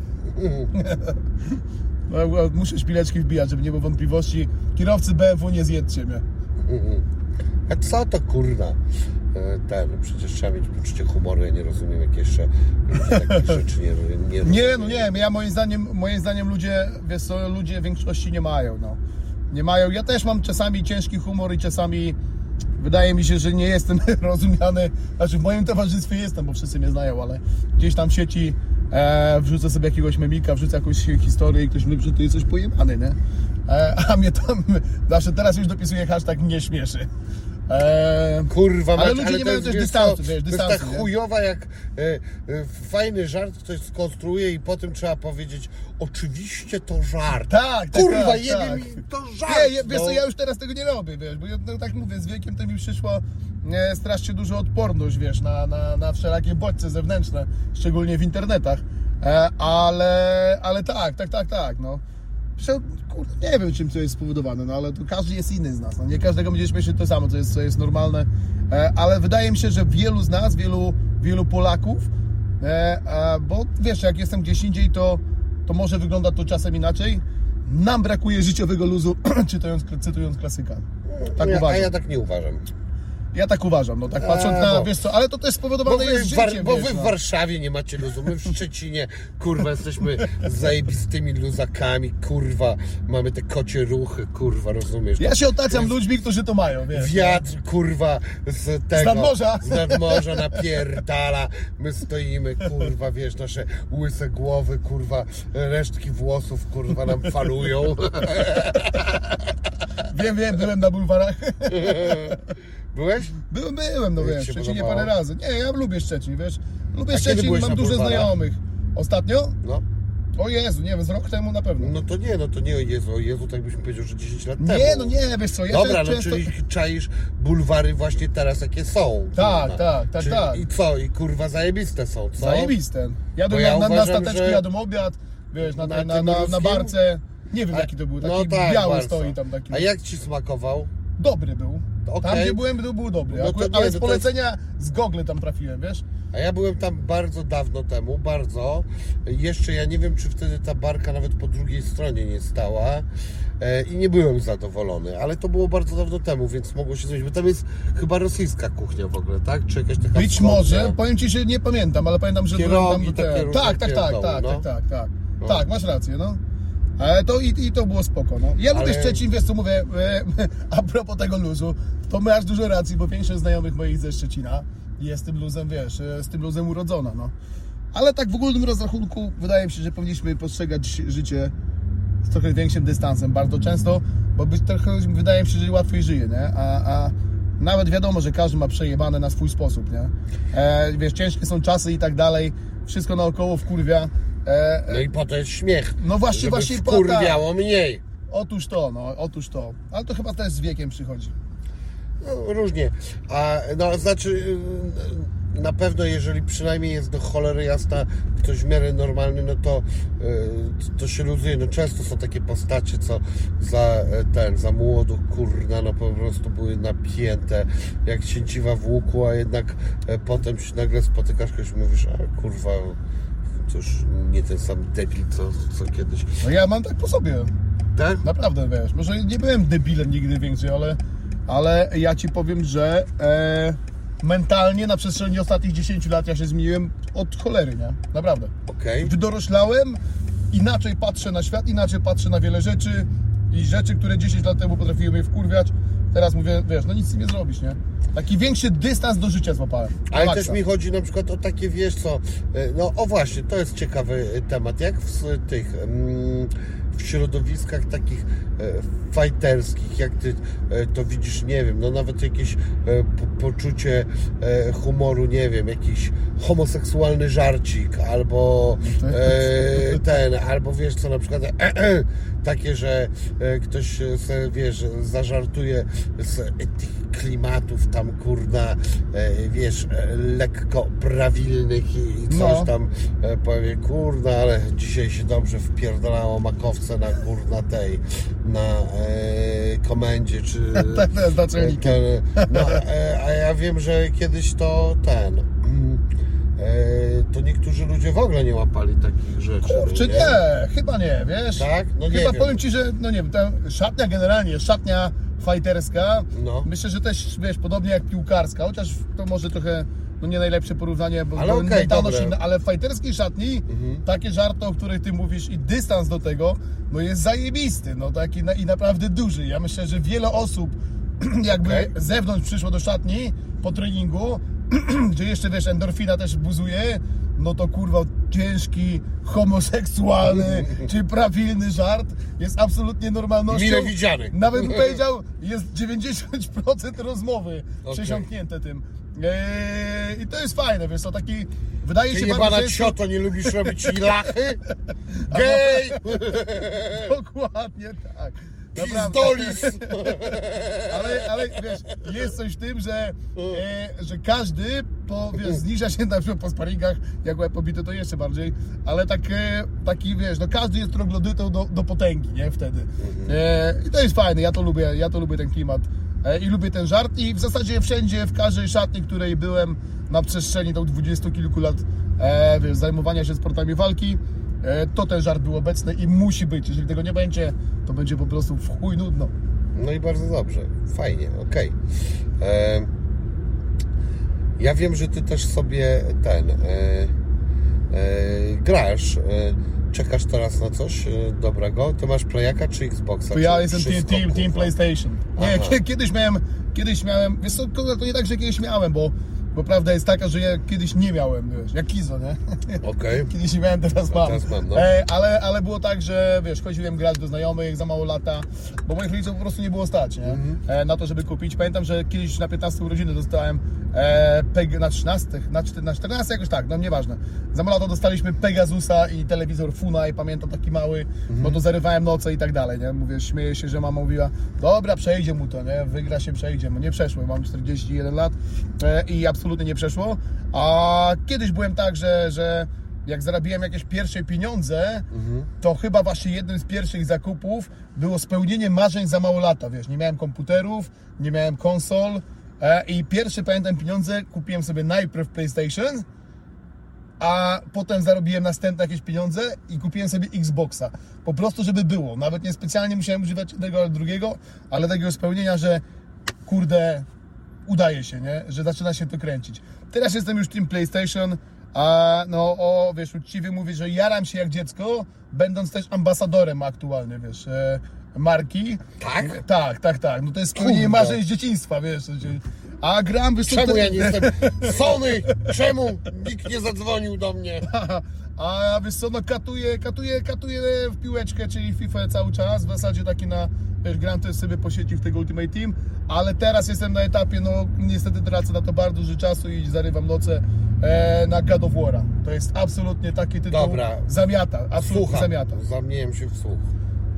No, muszę szpileczki wbijać, żeby nie było wątpliwości. Kierowcy B M W, nie zjedźcie mnie. A co to kurna? Ten, przecież trzeba mieć poczucie humoru, ja nie rozumiem, jak jeszcze ludzie takich rzeczy nie, nie Nie, no nie, ja moim zdaniem, moim zdaniem ludzie, wiesz co, ludzie w większości nie mają, no. Nie mają, ja też mam czasami ciężki humor i czasami wydaje mi się, że nie jestem rozumiany, znaczy w moim towarzystwie jestem, bo wszyscy mnie znają, ale gdzieś tam w sieci e, wrzucę sobie jakiegoś memika, wrzucę jakąś historię i ktoś mówi, że ty jesteś pojemany, nie? E, a mnie tam zawsze teraz już dopisuje hashtag nie śmieszy. E, Kurwa, ale mać, ludzie ale nie to mają jest, też wiesz dystansu, co, wiesz, to dystansu, jest tak nie? chujowa, jak e, e, fajny żart ktoś skonstruuje i potem trzeba powiedzieć, oczywiście to żart. Tak, tak, Kurwa, tak, jebie tak. mi to żart. Nie, je, wiesz no. co, ja już teraz tego nie robię, wiesz, bo ja no, tak mówię, z wiekiem to mi przyszło e, strasznie dużo odporność, wiesz, na, na, na wszelakie bodźce zewnętrzne, szczególnie w internetach, e, ale, ale tak, tak, tak, tak, no. Prze- Kurde, nie wiem, czym to jest spowodowane, no ale to każdy jest inny z nas, no. Nie każdego będzie śmieszyć to samo, co jest, co jest normalne, e, ale wydaje mi się, że wielu z nas, wielu, wielu Polaków, e, e, bo wiesz, jak jestem gdzieś indziej, to, to może wygląda to czasem inaczej. Nam brakuje życiowego luzu, czytając, cytując klasyka. Tak ja, a uważam. ja tak nie uważam. Ja tak uważam, no tak patrząc A, na, bo- wiesz co, ale to też spowodowane Bo wy, jest w War- życiem, bo wiesz, wy w no. Warszawie nie macie luzu, my w Szczecinie, kurwa, jesteśmy zajebistymi luzakami, kurwa, mamy te kocie ruchy, kurwa, rozumiesz? Ja się otaczam Jest ludźmi, którzy to mają, wiesz. Wiatr, kurwa, z tego... Z nadmorza. Z nadmorza napierdala, my stoimy, kurwa, wiesz, nasze łyse głowy, kurwa, resztki włosów, kurwa, nam falują. Wiem, wiem, byłem na bulwarach. Byłeś? Byłem, byłem, no Jak wiesz, w się Szczecinie podobało? parę razy. Nie, ja lubię Szczecin, wiesz. Lubię A kiedy Szczecin, byłeś mam na dużo bulwarach? znajomych. Ostatnio? No. O Jezu, nie wiem, z rok temu na pewno. No to nie, no to nie o Jezu, o Jezu, tak byśmy powiedział, że dziesięć lat temu. Nie, no nie, wiesz co, ja Dobra, no często... czyli czaisz bulwary właśnie teraz, jakie są. Tak, kurwa. tak, tak, Czyli, tak. I co? I kurwa zajebiste są, co? Zajebiste. Jadłem Bo ja na, na, na uważam, stateczku, że- jadłem obiad, wiesz, na, Na na, na, tym na, na ruskim? barce. Nie wiem A- jaki to był, taki no tak, biały bardzo. stoi tam taki. A jak ci smakował? Dobry był. Okej. Tam gdzie byłem, to był dobry. No to Akurat, nie, ale no z to polecenia z Google tam trafiłem, wiesz? A ja byłem tam bardzo dawno temu, bardzo. Jeszcze ja nie wiem, czy wtedy ta barka nawet po drugiej stronie nie stała e, i nie byłem zadowolony, ale to było bardzo dawno temu, więc mogło się zmienić, bo tam jest chyba rosyjska kuchnia w ogóle, tak? Czy jakaś taka Być wschodnia? może, powiem Ci, że nie pamiętam, ale pamiętam, że byłem Pierogi tam... takie różne tak, tak, tak, pierdoły, tak, no. tak, tak, tak. No. Tak, masz rację, no. Ale to i, i to było spoko, no. Ja lubię Ale- Szczecin, wiesz co mówię, e, a propos tego luzu, to masz dużo racji, bo większość znajomych moich ze Szczecina jest tym luzem, wiesz, e, z tym luzem urodzona, no. Ale tak w ogólnym rozrachunku wydaje mi się, że powinniśmy postrzegać życie z trochę większym dystansem bardzo często, bo być trochę, wydaje mi się, że łatwiej żyje, nie? A, a nawet wiadomo, że każdy ma przejebane na swój sposób, nie? E, wiesz, ciężkie są czasy i tak dalej, wszystko naokoło wkurwia. E, No i po to jest śmiech. No właśnie, żeby właśnie, po- wkurwiało mniej. Otóż to, no, otóż to. Ale to chyba też z wiekiem przychodzi. No, różnie. A no znaczy yy, na pewno jeżeli przynajmniej jest do cholery jasna ktoś w miarę normalny, no to, yy, to się luzuje. No często są takie postacie, co za yy, ten, za młodu kurna, no po prostu były napięte jak cięciwa w łuku, a jednak yy, potem się nagle spotykasz kogoś i mówisz, a kurwa, to już nie ten sam debil, co, co kiedyś. No ja mam tak po sobie. Tak? Naprawdę, wiesz, może nie byłem debilem nigdy więcej, ale, ale ja Ci powiem, że e, mentalnie na przestrzeni ostatnich dziesięciu lat ja się zmieniłem od cholery, nie? Naprawdę. Okej. Wydoroślałem, inaczej patrzę na świat, inaczej patrzę na wiele rzeczy i rzeczy, które dziesięć lat temu potrafiły mnie wkurwiać, teraz mówię, wiesz, no nic z tym nie zrobisz, nie? Taki większy dystans do życia złapałem. Ale Maksa. też mi chodzi na przykład o takie, wiesz co, no o właśnie, to jest ciekawy temat, jak w tych, mm, w środowiskach takich e, fajterskich, jak ty e, to widzisz, nie wiem, no nawet jakieś e, po, poczucie e, humoru, nie wiem, jakiś homoseksualny żarcik, albo e, ten, albo wiesz co, na przykład e, e, takie, że e, ktoś se, wiesz, zażartuje z tych klimatów tam, kurna, e, wiesz, e, lekko prawilnych i, i coś No. tam e, powie, kurna, ale dzisiaj się dobrze wpierdalało makowce na, kurna, tej, na e, komendzie, czy Tak, to jest e, naczelnikiem. ten, no, e, a ja wiem, że kiedyś to ten, mm, e, to niektórzy ludzie w ogóle nie łapali takich rzeczy. Kurczę, nie, chyba nie, wiesz? Tak? No nie chyba wiem. powiem Ci, że, no nie wiem, ta szatnia generalnie, szatnia fajterska, No. myślę, że też, wiesz, podobnie jak piłkarska, chociaż to może trochę, no nie najlepsze porównanie, bo Ale bo okej, mentalność dobre. inna, ale w fajterskiej szatni Mhm. takie żarty, o których Ty mówisz i dystans do tego, no jest zajebisty, no taki na, i naprawdę duży. Ja myślę, że wiele osób jakby Okej. z zewnątrz przyszło do szatni po treningu, gdzie jeszcze, wiesz, endorfina też buzuje no to kurwa ciężki, homoseksualny czy prawilny żart jest absolutnie normalnością. Mile widziany. Nawet bym powiedział, jest dziewięćdziesiąt procent rozmowy Okay. przesiąknięte tym. Eee, I to jest fajne, wiesz, to taki, wydaje Ty się jebana bardzo często... cioto, nie lubisz robić lachy? Gej! Dokładnie tak. Naprawdę. Pizdolis! Ale, ale wiesz, jest coś w tym, że, e, że każdy po, wiesz, zniża się na przykład po sparingach, jak łeb pobity to jeszcze bardziej, ale tak, e, taki wiesz, no każdy jest troglodytą do, do potęgi, nie, wtedy. E, I to jest fajne, ja to lubię, ja to lubię ten klimat e, i lubię ten żart i w zasadzie wszędzie, w każdej szatni, w której byłem na przestrzeni tą dwudziestu kilku lat, e, wiesz, zajmowania się sportami walki, to ten żart był obecny i musi być. Jeżeli tego nie będzie, to będzie po prostu w chuj nudno. No i bardzo dobrze, fajnie, okej. Okay. Ja wiem, że ty też sobie ten e, e, grasz. E, czekasz teraz na coś e, dobrego? Ty masz Playaka czy Xboxa? To ja czy jestem team, wszystko, team, team kurwa? PlayStation. Nie, Aha. k- kiedyś miałem, kiedyś miałem, wiesz co, to nie tak, że kiedyś miałem, bo, bo prawda jest taka, że ja kiedyś nie miałem, wiesz, jak Kizo, nie? Okej. Kiedyś nie miałem, teraz mam. teraz mam, no. e, ale, ale było tak, że wiesz, chodziłem grać do znajomych za mało lata, bo moich rodziców po prostu nie było stać, nie? Mhm. E, na to, żeby kupić. Pamiętam, że kiedyś na piętnaste urodziny dostałem e, Peg, na trzynaste, na, czter, na czternaste jakoś tak, no nieważne. Za mało lata dostaliśmy Pegasusa i telewizor Funa i pamiętam taki mały, Mhm. bo to zarywałem noce i tak dalej, nie? Mówię, śmieję się, że mama mówiła, dobra, przejdzie mu to, nie? Wygra się, przejdzie mu. Nie przeszło, mam czterdzieści jeden lat e, i absolutnie nie przeszło. A kiedyś byłem tak, że, że jak zarabiałem jakieś pierwsze pieniądze, Mhm. to chyba właśnie jednym z pierwszych zakupów było spełnienie marzeń za mało lata, wiesz, nie miałem komputerów, nie miałem konsol e, i pierwsze, pamiętam, pieniądze kupiłem sobie najpierw PlayStation, a potem zarobiłem następne jakieś pieniądze i kupiłem sobie Xboxa. Po prostu, żeby było. Nawet nie specjalnie musiałem używać jednego albo drugiego, ale takiego spełnienia, że kurde, udaje się, nie? Że zaczyna się to kręcić. Teraz jestem już Team PlayStation, a no o, wiesz, uczciwie mówię, że jaram się jak dziecko, będąc też ambasadorem aktualnie, wiesz, e, marki. Tak? Tak, tak, tak. No to jest spełnienie Kurwa. marzeń z dzieciństwa, wiesz. A gram, wiesz co, Czemu te- ja nie jestem Sony? Czemu nikt nie zadzwonił do mnie? A wiesz co, no katuję, katuję, katuję w piłeczkę, czyli w FIFA cały czas, w zasadzie taki na, wiesz, gram też sobie po sieci w tego Ultimate Team, ale teraz jestem na etapie, no niestety tracę na to bardzo dużo czasu i zarywam noce e, na God of War'a. To jest absolutnie taki tytuł, Dobra. zamiata, absolutnie Słucham, zamiata. zamieniłem się w słuch.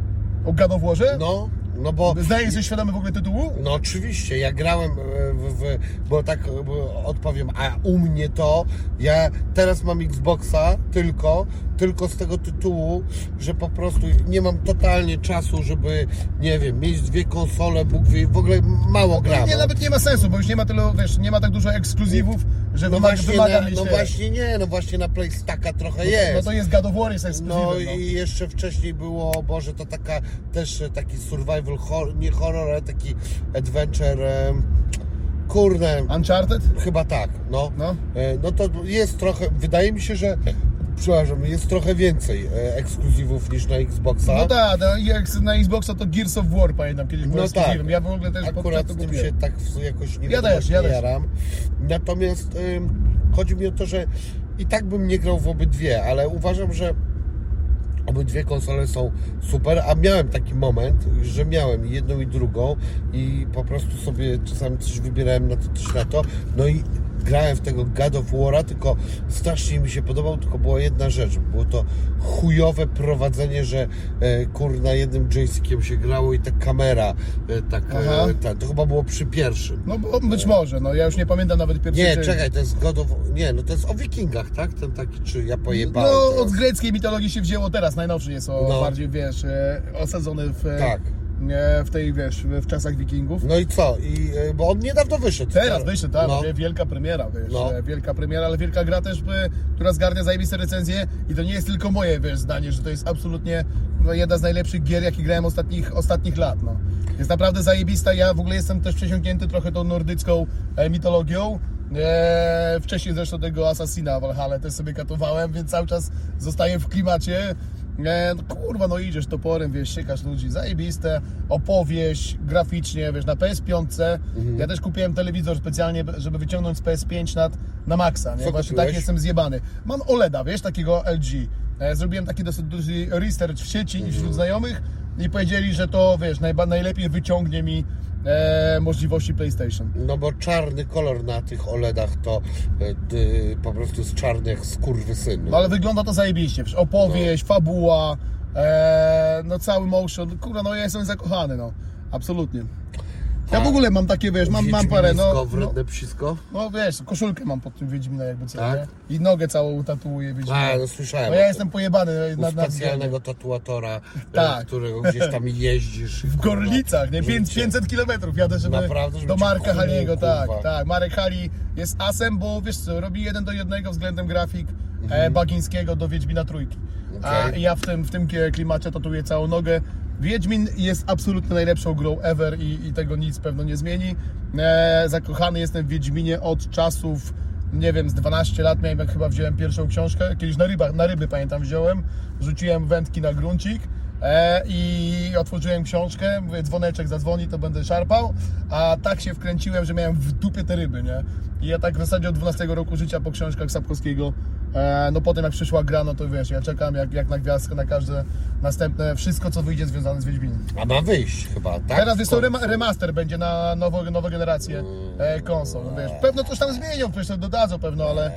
O God of War'ze? No, no bo... Zdajesz sobie świadomy w ogóle tytułu? No oczywiście, ja grałem w, w bo tak bo odpowiem, a u mnie to, ja teraz mam Xboxa tylko, tylko z tego tytułu, że po prostu nie mam totalnie czasu, żeby, nie wiem, mieć dwie konsole, Bóg wie, w ogóle mało gram. Nie, nawet nie ma sensu, bo już nie ma tylu, wiesz, nie ma tak dużo ekskluzywów, że No wymaga, właśnie, wymaga na, mieć no te- właśnie nie, no właśnie na PlayStacka trochę no, jest. no to jest God of War, jest ekskluzywem. No No, i jeszcze wcześniej było, Boże, to taka też taki survival horror, nie horror, ale taki adventure, em, kurde, Uncharted? chyba tak, no. No. E, No to jest trochę, wydaje mi się, że, przepraszam, jest trochę więcej e, ekskluzywów niż na Xboxa. No tak, no, jak na Xboxa to Gears of War, pamiętam, kiedyś był No ekskluzywem. tak. Ja w ogóle też Akurat pod z tym się tak w- jakoś nie Ja wiadomo, też, nie ja też. jaram. Natomiast ym, chodzi mi o to, że i tak bym nie grał w obydwie, ale uważam, że obydwie konsole są super, a miałem taki moment, że miałem jedną i drugą i po prostu sobie czasami coś wybierałem na to, coś na to, no i grałem w tego God of War'a, tylko strasznie mi się podobał, tylko była jedna rzecz, było to chujowe prowadzenie, że e, kurna jednym joystickiem się grało i ta kamera e, tak, Aha. e, ta, to chyba było przy pierwszym. No bo być może, no ja już nie pamiętam nawet pierwszej Nie, części. czekaj, to jest God of... Nie, no to jest o Wikingach, tak? Ten taki, czy ja pojebałem No teraz. od greckiej mitologii się wzięło teraz, najnowszy jest o, No. bardziej, wiesz, e, osadzony w, e, Tak. e, w tej, wiesz, w czasach wikingów. No i co? I, e, bo on niedawno wyszedł. Teraz wyszedł, tak, No. no. wielka premiera, wiesz, No. e, wielka premiera, ale wielka gra też, e, która zgarnia zajebiste recenzje i to nie jest tylko moje, wiesz, zdanie, że to jest absolutnie no, jedna z najlepszych gier, jakie grałem ostatnich, ostatnich lat, no. Jest naprawdę zajebista, ja w ogóle jestem też przesiąknięty trochę tą nordycką e, mitologią. E, wcześniej zresztą tego Assassina Valhalla też sobie katowałem, więc cały czas zostaję w klimacie. E, no kurwa, no idziesz toporem, wiesz, siekasz ludzi, zajebiste, opowieść, graficznie, wiesz, na P S pięć. Mhm. Ja też kupiłem telewizor specjalnie, żeby wyciągnąć z P S pięć na, na maksa, nie? Co Właśnie kupiłeś? tak jestem zjebany. Mam OLEDa, wiesz, takiego L G. E, zrobiłem taki dosyć duży research w sieci i Mhm. wśród znajomych i powiedzieli, że to, wiesz, najba, najlepiej wyciągnie mi e, możliwości PlayStation. No bo czarny kolor na tych OLEDach to e, ty, po prostu jest czarny jak skurwysyn. No ale wygląda to zajebiście, wiesz, opowieść, no. fabuła, e, no cały motion, kurwa, no ja jestem zakochany, no, absolutnie. Ja w ogóle mam takie, wiesz, mam, mam parę, no, wredne no, psisko? no wiesz, koszulkę mam pod tym Wiedźmina jakby co, Tak? nie? I nogę całą tatuuję Wiedźmina. A, no słyszałem. No ja jestem pojebany U na, na specjalnego tatuatora, tak. e, którego gdzieś tam jeździsz. W Gorlicach, nie? pięćset kilometrów jadę, żeby Naprawdę, żeby do cię Marka kupił, Haliego, tak, kurwa. tak. Marek Hali jest asem, bo wiesz co, robi jeden do jednego względem grafik mhm. e, Bagińskiego do Wiedźmina trójki. Okay. A ja w tym, w tym klimacie tatuję całą nogę. Wiedźmin jest absolutnie najlepszą grą ever i, i tego nic pewno nie zmieni. E, zakochany jestem w Wiedźminie od czasów, nie wiem, z dwanaście lat miałem, jak chyba wziąłem pierwszą książkę. Kiedyś na, rybach, na ryby, pamiętam, wziąłem. Rzuciłem wędki na gruncik e, i otworzyłem książkę. Mówię, dzwoneczek zadzwoni, to będę szarpał. A tak się wkręciłem, że miałem w dupie te ryby, nie? I ja tak w zasadzie od dwunastego roku życia po książkach Sapkowskiego. E, no potem jak przyszła gra, no to wiesz, ja czekam jak, jak na gwiazdkę, na każde następne, wszystko co wyjdzie związane z Wiedźminem. A ma wyjść chyba, tak? Teraz jest to rema- remaster, będzie na nowo, nowe generacje e, konsol, no wiesz. Pewno coś tam zmienią, przecież to dodadzą pewno, ale...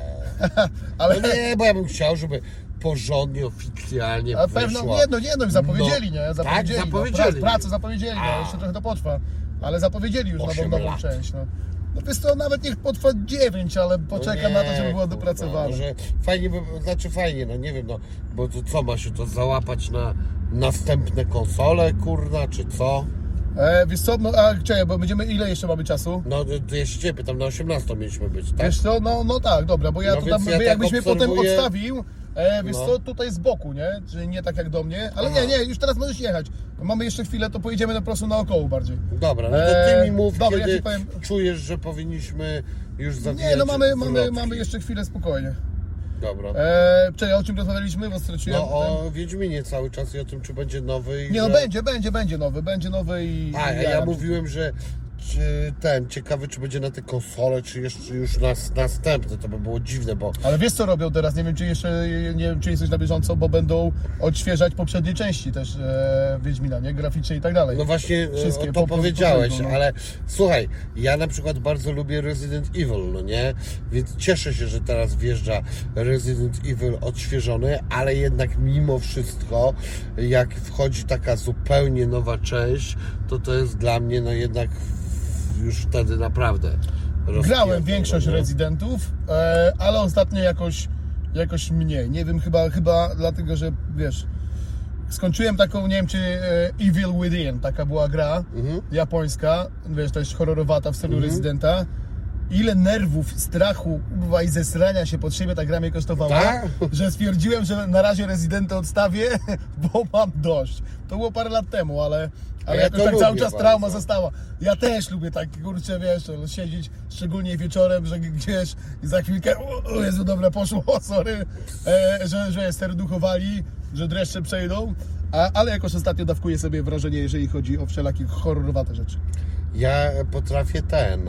ale... No nie, bo ja bym chciał, żeby porządnie, oficjalnie A wyszła. pewno, nie no, nie no, zapowiedzieli, No, nie? Zapowiedzieli, tak, no, zapowiedzieli. prac, pracę zapowiedzieli, no, jeszcze trochę to potrwa, ale zapowiedzieli już nową, Osiem nową lat. część, no. No wiesz to nawet niech potrwa dziewięć, ale poczekam No na to, nie, żeby była kurwa, dopracowana. Może fajnie by, znaczy fajnie, no nie wiem, no, bo to co, ma się to załapać na następne konsole, kurna, czy co? E, wiesz co, no a czekaj, bo będziemy, ile jeszcze mamy czasu? No to ja się ciebie pytam, na osiemnastą mieliśmy być, tak? Wiesz co, no, no tak, dobra, bo ja No to więc tam, ja tak jakbyś mnie potem obserwuję- odstawił, e, wiesz No. co, tutaj z boku, nie? Czyli nie tak jak do mnie, ale Aha. nie, nie, już teraz możesz jechać. Mamy jeszcze chwilę, to pojedziemy po prostu naokoło bardziej. Dobra, no to ty Eee, mi mów, dobra, ja kiedy ci powiem- czujesz, że powinniśmy już zawijać Nie, no mamy, mamy, wrotki. mamy jeszcze chwilę spokojnie. Dobra. E, czekaj, o czym rozmawialiśmy, bo straciłem No ten- o Wiedźminie cały czas i o tym, czy będzie nowy i Nie no, że... będzie, będzie, będzie nowy, będzie nowy i... A, i ja, ja mówiłem, że czy ten, ciekawy czy będzie na te konsole, czy jeszcze już nas, następne, to by było dziwne, bo Ale wiesz co robią teraz, nie wiem czy jeszcze, nie wiem czy jesteś na bieżąco, bo będą odświeżać poprzednie części też e, Wiedźmina, nie? Graficznie i tak dalej. no właśnie Wszystkie o to po- po- powiedziałeś, po- po- no. ale słuchaj, ja na przykład bardzo lubię Resident Evil, no nie? Więc cieszę się, że teraz wjeżdża Resident Evil odświeżony, ale jednak mimo wszystko, jak wchodzi taka zupełnie nowa część, to to jest dla mnie no jednak już wtedy naprawdę Grałem rozpierdol, większość no nie? Residentów, e, ale ostatnio jakoś, jakoś mniej. Nie wiem, chyba, chyba dlatego, że wiesz, skończyłem taką, nie wiem czy e, Evil Within, taka była gra Mhm. japońska, wiesz, to jest horrorowata w stylu Residenta. Ile nerwów, strachu kurwa, i zesrania się pod siebie ta gra mnie kosztowała, Tak? że stwierdziłem, że na razie Residenta odstawię, bo mam dość. To było parę lat temu, ale, ale Ja jakoś to tak cały lubię czas bardzo. trauma została. Ja też lubię tak, kurczę, wiesz, siedzieć szczególnie wieczorem, że gdzieś i za chwilkę, o, o Jezu, dobra, poszło, sorry, e, że, że serduchowali, że dreszcze przejdą, a, ale jakoś ostatnio dawkuję sobie wrażenie, jeżeli chodzi o wszelakie horrorowate rzeczy. Ja potrafię ten... E,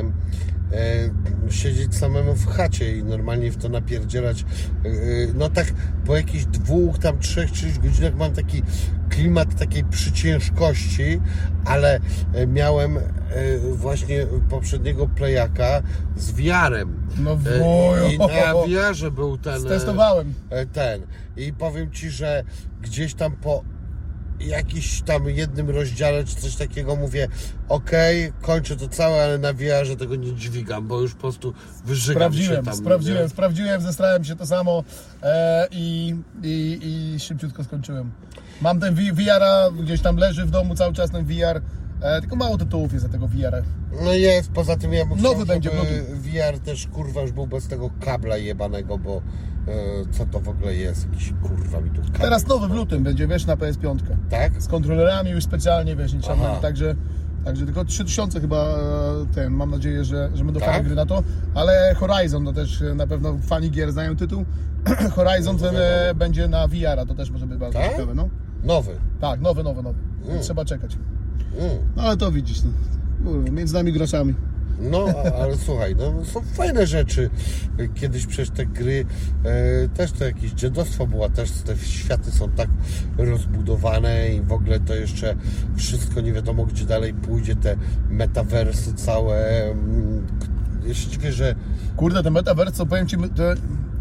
e, siedzieć samemu w chacie i normalnie w to napierdzielać. E, no tak po jakichś dwóch, tam trzech, trzech godzinach mam taki klimat takiej przyciężkości, ale e, miałem e, właśnie poprzedniego playaka z wiarem. No E, wojo. I na wiarze był ten... e, Stestowałem. e, ten. I powiem Ci, że gdzieś tam po jakiś tam jednym rozdziale czy coś takiego mówię, okej, kończę to całe, ale na V R-ze tego nie dźwigam, bo już po prostu wyżygam Sprawdziłem, się tam. sprawdziłem, nie? sprawdziłem, zestrałem się to samo e, i, i, i szybciutko skończyłem. Mam ten V- VR-a, gdzieś tam leży w domu cały czas ten V R, e, tylko mało tytułów jest za tego V R-a. No jest, poza tym ja bym Nowy chciał, będzie żeby Bluetooth. V R też kurwa już był bez tego kabla jebanego, bo e, co to w ogóle jest? Jakiś kurwa mi tu kabel. Teraz nowy w lutym będzie, wiesz, na P S pięć. Tak? Z kontrolerami już specjalnie, wiesz, nie trzeba, Aha. także Także tylko trzy tysiące chyba e, ten, mam nadzieję, że, że będą Tak? fajne gry na to, ale Horizon to też e, na pewno fani gier znają tytuł. Horizon No, ten e, będzie na V R a, to też może być bardzo Tak? ciekawe, no. Nowy. Tak, nowy, nowy, nowy. Mm. Trzeba czekać. Mm. No ale to widzisz, no. Kurwa, między nami groszami. No, a- ale słuchaj, no, są fajne rzeczy. Kiedyś przecież te gry, e, też to jakieś dziadostwo było, też te światy są tak rozbudowane i w ogóle to jeszcze wszystko nie wiadomo gdzie dalej pójdzie, te metaversy całe. mm, Jeszcze dziwię, że Kurde, ten metaverse, co powiem Ci, to... e,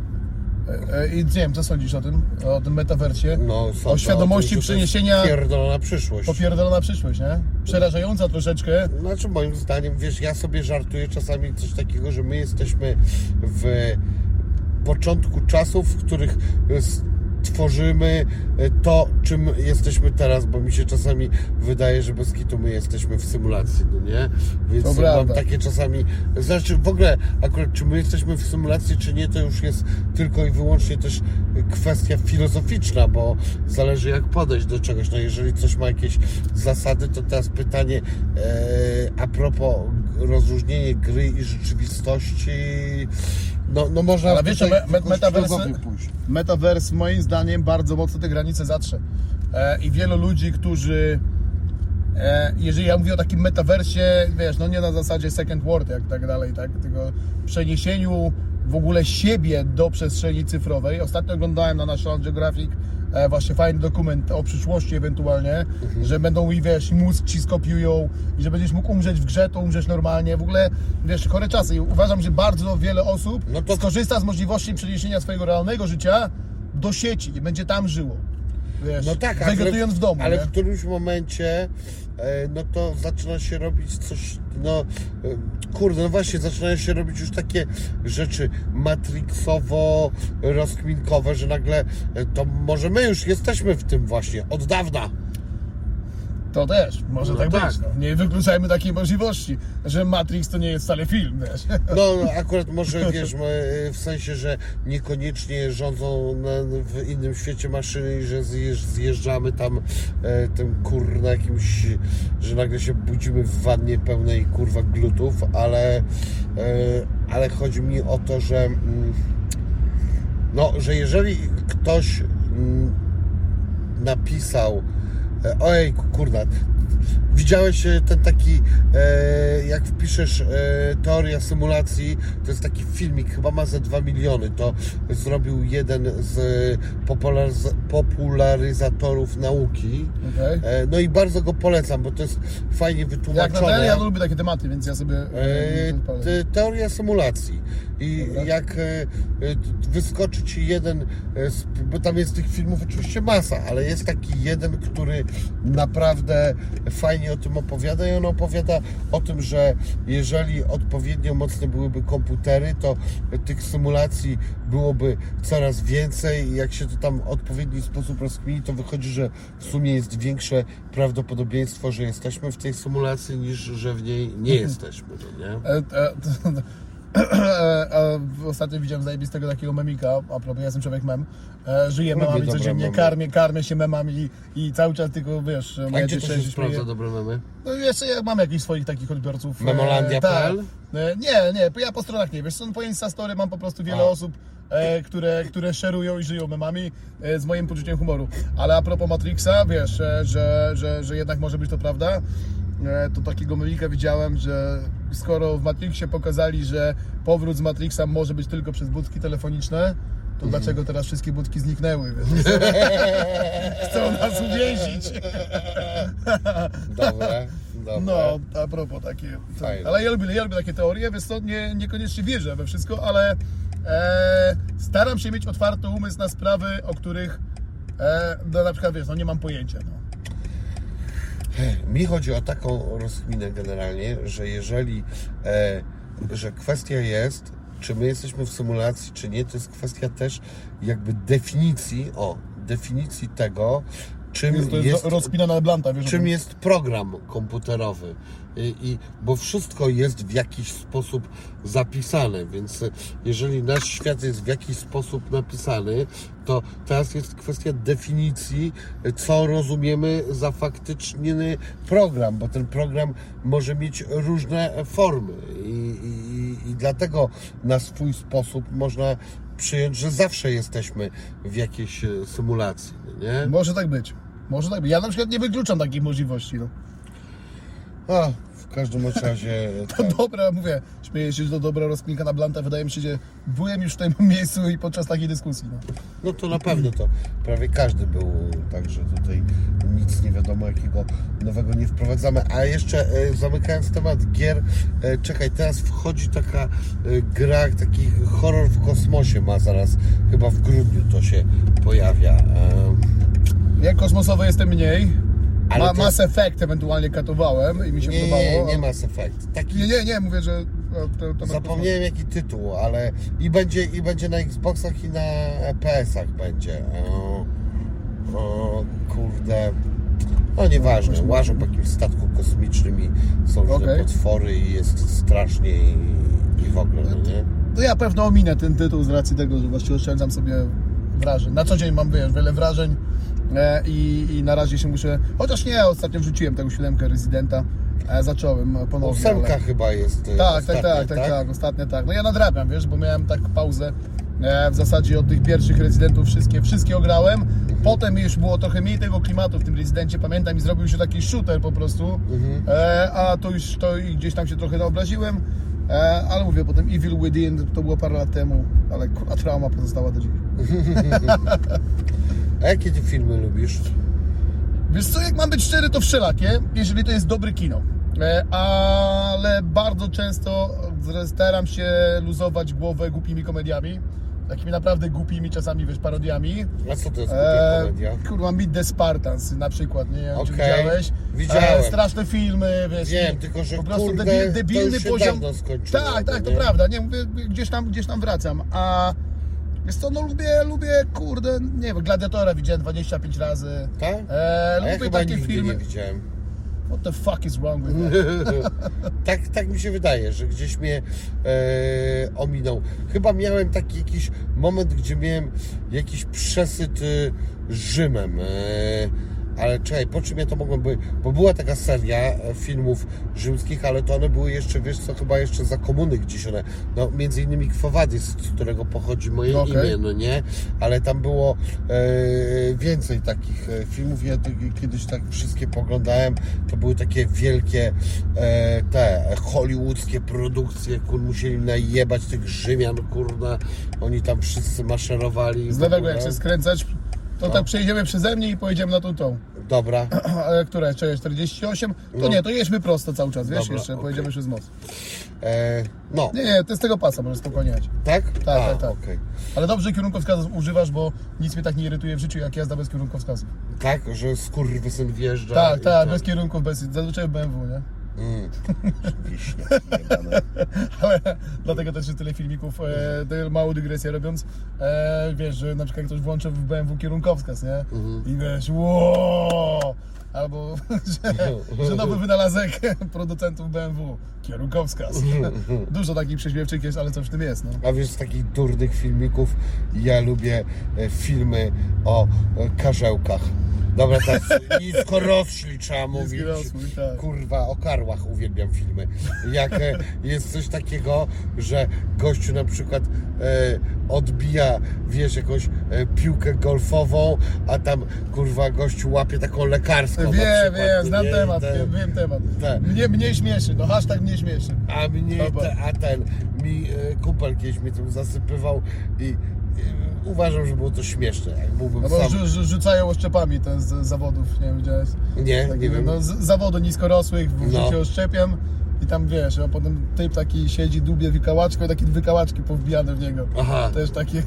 e, I nie wiem, co sądzisz o tym, o tym metaversie? no, są O świadomości to, że to jest przeniesienia, pierdolona przyszłość. popierdolona przyszłość, nie? Przerażająca troszeczkę. Znaczy moim zdaniem, wiesz, ja sobie żartuję czasami coś takiego, że my jesteśmy w początku czasów, w których tworzymy to, czym jesteśmy teraz, bo mi się czasami wydaje, że bez kitu my jesteśmy w symulacji, no nie? Więc To mam prawda. takie czasami, znaczy w ogóle akurat czy my jesteśmy w symulacji, czy nie, to już jest tylko i wyłącznie też kwestia filozoficzna, bo zależy jak podejść do czegoś. No jeżeli coś ma jakieś zasady, to teraz pytanie e, a propos rozróżnienie gry i rzeczywistości, no, no można Ale wiesz, tutaj me- w me- jakąś metaversy- filozofię pójść. Metaverse moim zdaniem bardzo mocno te granice zatrze. E, I wielu ludzi, którzy... E, jeżeli ja mówię o takim metaversie, wiesz, no nie na zasadzie second world, jak tak dalej, tak? Tylko przeniesieniu w ogóle siebie do przestrzeni cyfrowej. Ostatnio oglądałem na National Geographic e, właśnie fajny dokument o przyszłości ewentualnie, Mhm. że będą i wiesz, i mózg ci skopiują i że będziesz mógł umrzeć w grze, to umrzesz normalnie. W ogóle, wiesz, chore czasy. I uważam, że bardzo wiele osób No to- skorzysta z możliwości przeniesienia swojego realnego życia do sieci i będzie tam żyło. Wiesz, No tak, ale, wegetując w domu. ale nie? w którymś momencie e, no to zaczyna się robić coś, no e, kurde, no właśnie, zaczynają się robić już takie rzeczy matrixowo-rozkminkowe, że nagle e, to może my już jesteśmy w tym właśnie od dawna. To też, może No tak, tak. być. No. Nie wykluczajmy takiej możliwości, że Matrix to nie jest wcale film, wiesz. No akurat może wiesz, w sensie, że niekoniecznie rządzą na, w innym świecie maszyny i że zjeżdż, zjeżdżamy tam e, tym kurna jakimś, że nagle się budzimy w wannie pełnej kurwa glutów, ale, e, ale chodzi mi o to, że mm, no, że jeżeli ktoś mm, napisał e, ojej kurna, widziałeś e, ten taki, e, jak wpiszesz e, teoria symulacji, to jest taki filmik, chyba ma ze dwa miliony, to zrobił jeden z popularyz- popularyzatorów nauki. Okay. E, no i bardzo go polecam, bo to jest fajnie Jak na wytłumaczone. ten, ja lubię takie tematy, więc ja sobie... E, te- Teoria symulacji. I Dobra. jak e, e, wyskoczy ci jeden, e, z- bo tam jest tych filmów oczywiście masa, ale jest taki jeden, który naprawdę fajnie o tym opowiada i on opowiada o tym, że jeżeli odpowiednio mocne byłyby komputery, to tych symulacji byłoby coraz więcej i jak się to tam w odpowiedni sposób rozkmini, to wychodzi, że w sumie jest większe prawdopodobieństwo, że jesteśmy w tej symulacji, niż że w niej nie jesteśmy, no nie? E, e, to, e, e, ostatnio widziałem zajebistego takiego memika, a propos, ja jestem człowiek mem, e, żyję Lubię memami dobre codziennie, memy. karmię, karmię się memami i, i cały czas tylko, wiesz, A moja gdzie to dziewczyna się sprawdza dobre memy? No jeszcze ja mam jakichś swoich takich odbiorców. Memolandia kropka p l? tak. E, Nie, nie, ja po stronach nie, wiesz, są po Instastory mam po prostu wiele A. osób, e, które, które szerują i żyją memami e, z moim poczuciem humoru. Ale a propos Matrixa, wiesz, e, że, że, że jednak może być to prawda, e, to takiego memika widziałem, że skoro w Matrixie pokazali, że powrót z Matrixa może być tylko przez budki telefoniczne, to Mhm. dlaczego teraz wszystkie budki zniknęły? Wiesz? Chcą nas uwięzić. Dobre, dobre. No, a propos takie. Fajne. Ale ja lubię, ja lubię takie teorie, więc to nie, niekoniecznie wierzę we wszystko, ale e, staram się mieć otwarty umysł na sprawy, o których e, no, na przykład wiesz, no nie mam pojęcia. No. Mi chodzi o taką rozkminę generalnie, że jeżeli, e, że kwestia jest, czy my jesteśmy w symulacji, czy nie, to jest kwestia też jakby definicji, o, definicji tego, czym Jest, to jest, jest, rozpinana blanta, wiesz? czym jest program komputerowy. I, i, bo wszystko jest w jakiś sposób zapisane, więc jeżeli nasz świat jest w jakiś sposób napisany, to teraz jest kwestia definicji, co rozumiemy za faktyczny program, bo ten program może mieć różne formy i, i, i dlatego na swój sposób można przyjąć, że zawsze jesteśmy w jakiejś symulacji, nie? Może tak być. Może tak być. Ja na przykład nie wykluczam takich możliwości. No. A, w każdym razie... To dobra, mówię, śmieję się, że to dobra rozkminka na blanta. Wydaje mi się, że byłem już w tym miejscu i podczas takiej dyskusji. No, no to na pewno to prawie każdy był, także tutaj nic nie wiadomo jakiego nowego nie wprowadzamy. A jeszcze e, zamykając temat gier, e, czekaj, teraz wchodzi taka e, gra, taki horror w kosmosie ma zaraz, chyba w grudniu to się pojawia. E, Jak kosmosowe jestem mniej. Ale Ma, to- Mass Effect ewentualnie katowałem i mi się nie, podobało. nie, nie Mass Effect. Taki, Nie, nie, nie, mówię, że... To, to zapomniałem jaki tytuł, ale i będzie, i będzie na Xboxach i na P S-ach będzie. O, o kurde. No nieważne, łażą po jakimś statku kosmicznym i są różne Okej. potwory i jest strasznie i, i w ogóle, no nie? To ja pewno ominę ten tytuł z racji tego, że właściwie oszczędzam sobie wrażeń. Na co dzień mam, wiesz, wiele wrażeń e, i, i na razie się muszę... Chociaż nie, ostatnio wrzuciłem tego siódemkę Residenta. E, zacząłem ponownie. Ósemka ale... chyba jest Tak, tak, ostatnia, tak, tak, tak, ostatnio tak. No ja nadrabiam, wiesz, bo miałem tak pauzę. E, w zasadzie od tych pierwszych Residentów wszystkie, wszystkie ograłem. Potem już było trochę mniej tego klimatu w tym Rezydencie, pamiętam, i zrobił się taki shooter po prostu. E, a to już to i gdzieś tam się trochę naobraziłem. E, ale mówię, potem Evil Within to było parę lat temu, ale kurwa trauma pozostała do dziś. A jakie ty filmy lubisz? Wiesz co, jak mam być szczery, to wszelakie, jeżeli to jest dobre kino. E, ale bardzo często staram się luzować głowę głupimi komediami. Takimi naprawdę głupimi, czasami, wiesz, parodiami. A co to jest głupia komedia? Kurwa, Meet the Spartans na przykład, nie wiem, czy Okej, widziałeś. widziałem. E, straszne filmy, wiesz. Wiem, i tylko że po prostu kurde, debil, to debilny już się poziom. dawno skończyło, Tak, tak, to nie? prawda, nie mówię, gdzieś tam, gdzieś tam wracam. A wiesz co, no lubię, lubię, kurde, nie wiem, Gladiatora widziałem dwadzieścia pięć razy. Tak? E, A ja lubię chyba takie nigdy filmy. nie widziałem. What the fuck is wrong with that? tak, tak mi się wydaje, że gdzieś mnie e, ominął. Chyba miałem taki jakiś moment, gdzie miałem jakiś przesyt e, Rzymem. E, ale czekaj, po czym ja to mogłem być? Bo była taka seria e, filmów rzymskich, ale to one były jeszcze, wiesz co, chyba jeszcze za komuny gdzieś one, no między innymi Quo Vadis, z którego pochodzi moje Okej. imię, no nie? Ale tam było e, więcej takich e, filmów, ja to, kiedyś tak wszystkie poglądałem, to były takie wielkie e, te hollywoodzkie produkcje, kur, musieli najebać tych Rzymian, kurna, oni tam wszyscy maszerowali. Z w lewego ogóle. jak się skręcać, to No. tak przejdziemy przeze mnie i pojedziemy na tą tą. Dobra. A która jest? Czekaj, czterdzieści osiem? To No. nie, to jedźmy prosto cały czas, wiesz, Dobra, jeszcze, okej. pojedziemy przez most. E, no, Nie, nie, to z tego pasa, możesz spokojnie jechać. tak? Tak, A, tak, tak. okej. Ale dobrze kierunkowskazów używasz, bo nic mnie tak nie irytuje w życiu, jak jazda bez kierunkowskazów. Tak, że skurwysyn wjeżdża. Tak, i tak, to- bez kierunków, bez, zazwyczaj w B M W, nie? Mm, wiśnie, jebane. Ale dlatego też jest tyle filmików, e, tyle małą dygresję robiąc, e, wiesz, że na przykład ktoś włączy w B M W kierunkowskaz, nie? I wiesz, wow! Albo, że, że nowy wynalazek producentów B M W, kierunkowskaz. Dużo takich prześmiewczych jest, ale coś w tym jest, no. A wiesz, z takich durnych filmików ja lubię e, filmy o e, karzełkach. Dobra, teraz niskorośli trzeba mówić. Niskorosły, tak. Kurwa, o karłach uwielbiam filmy. Jak e, jest coś takiego, że gościu na przykład e, odbija, wiesz, jakąś e, piłkę golfową, a tam kurwa gościu łapie taką lekarską na Wiem, przykład, wiem, znam nie? temat, Te- wiem, wiem temat. te- Mnie, mnie śmieszy, no hashtag mnie śmieszy. A mnie, Dobra. te, a ten, mi e, kumpel kiedyś mnie tym zasypywał i e, uważam, że było to śmieszne. Jak byłbym No bo sam... rzu- rzu- rzucają oszczepami te z zawodów, nie wiem, widziałeś? Nie, Takie, nie wiem. No, z zawodu niskorosłych w No. życiu oszczepiam i tam wiesz, a potem typ taki siedzi, dubie wykałaczką i takie wykałaczki powbijane w niego. Aha. Też takie...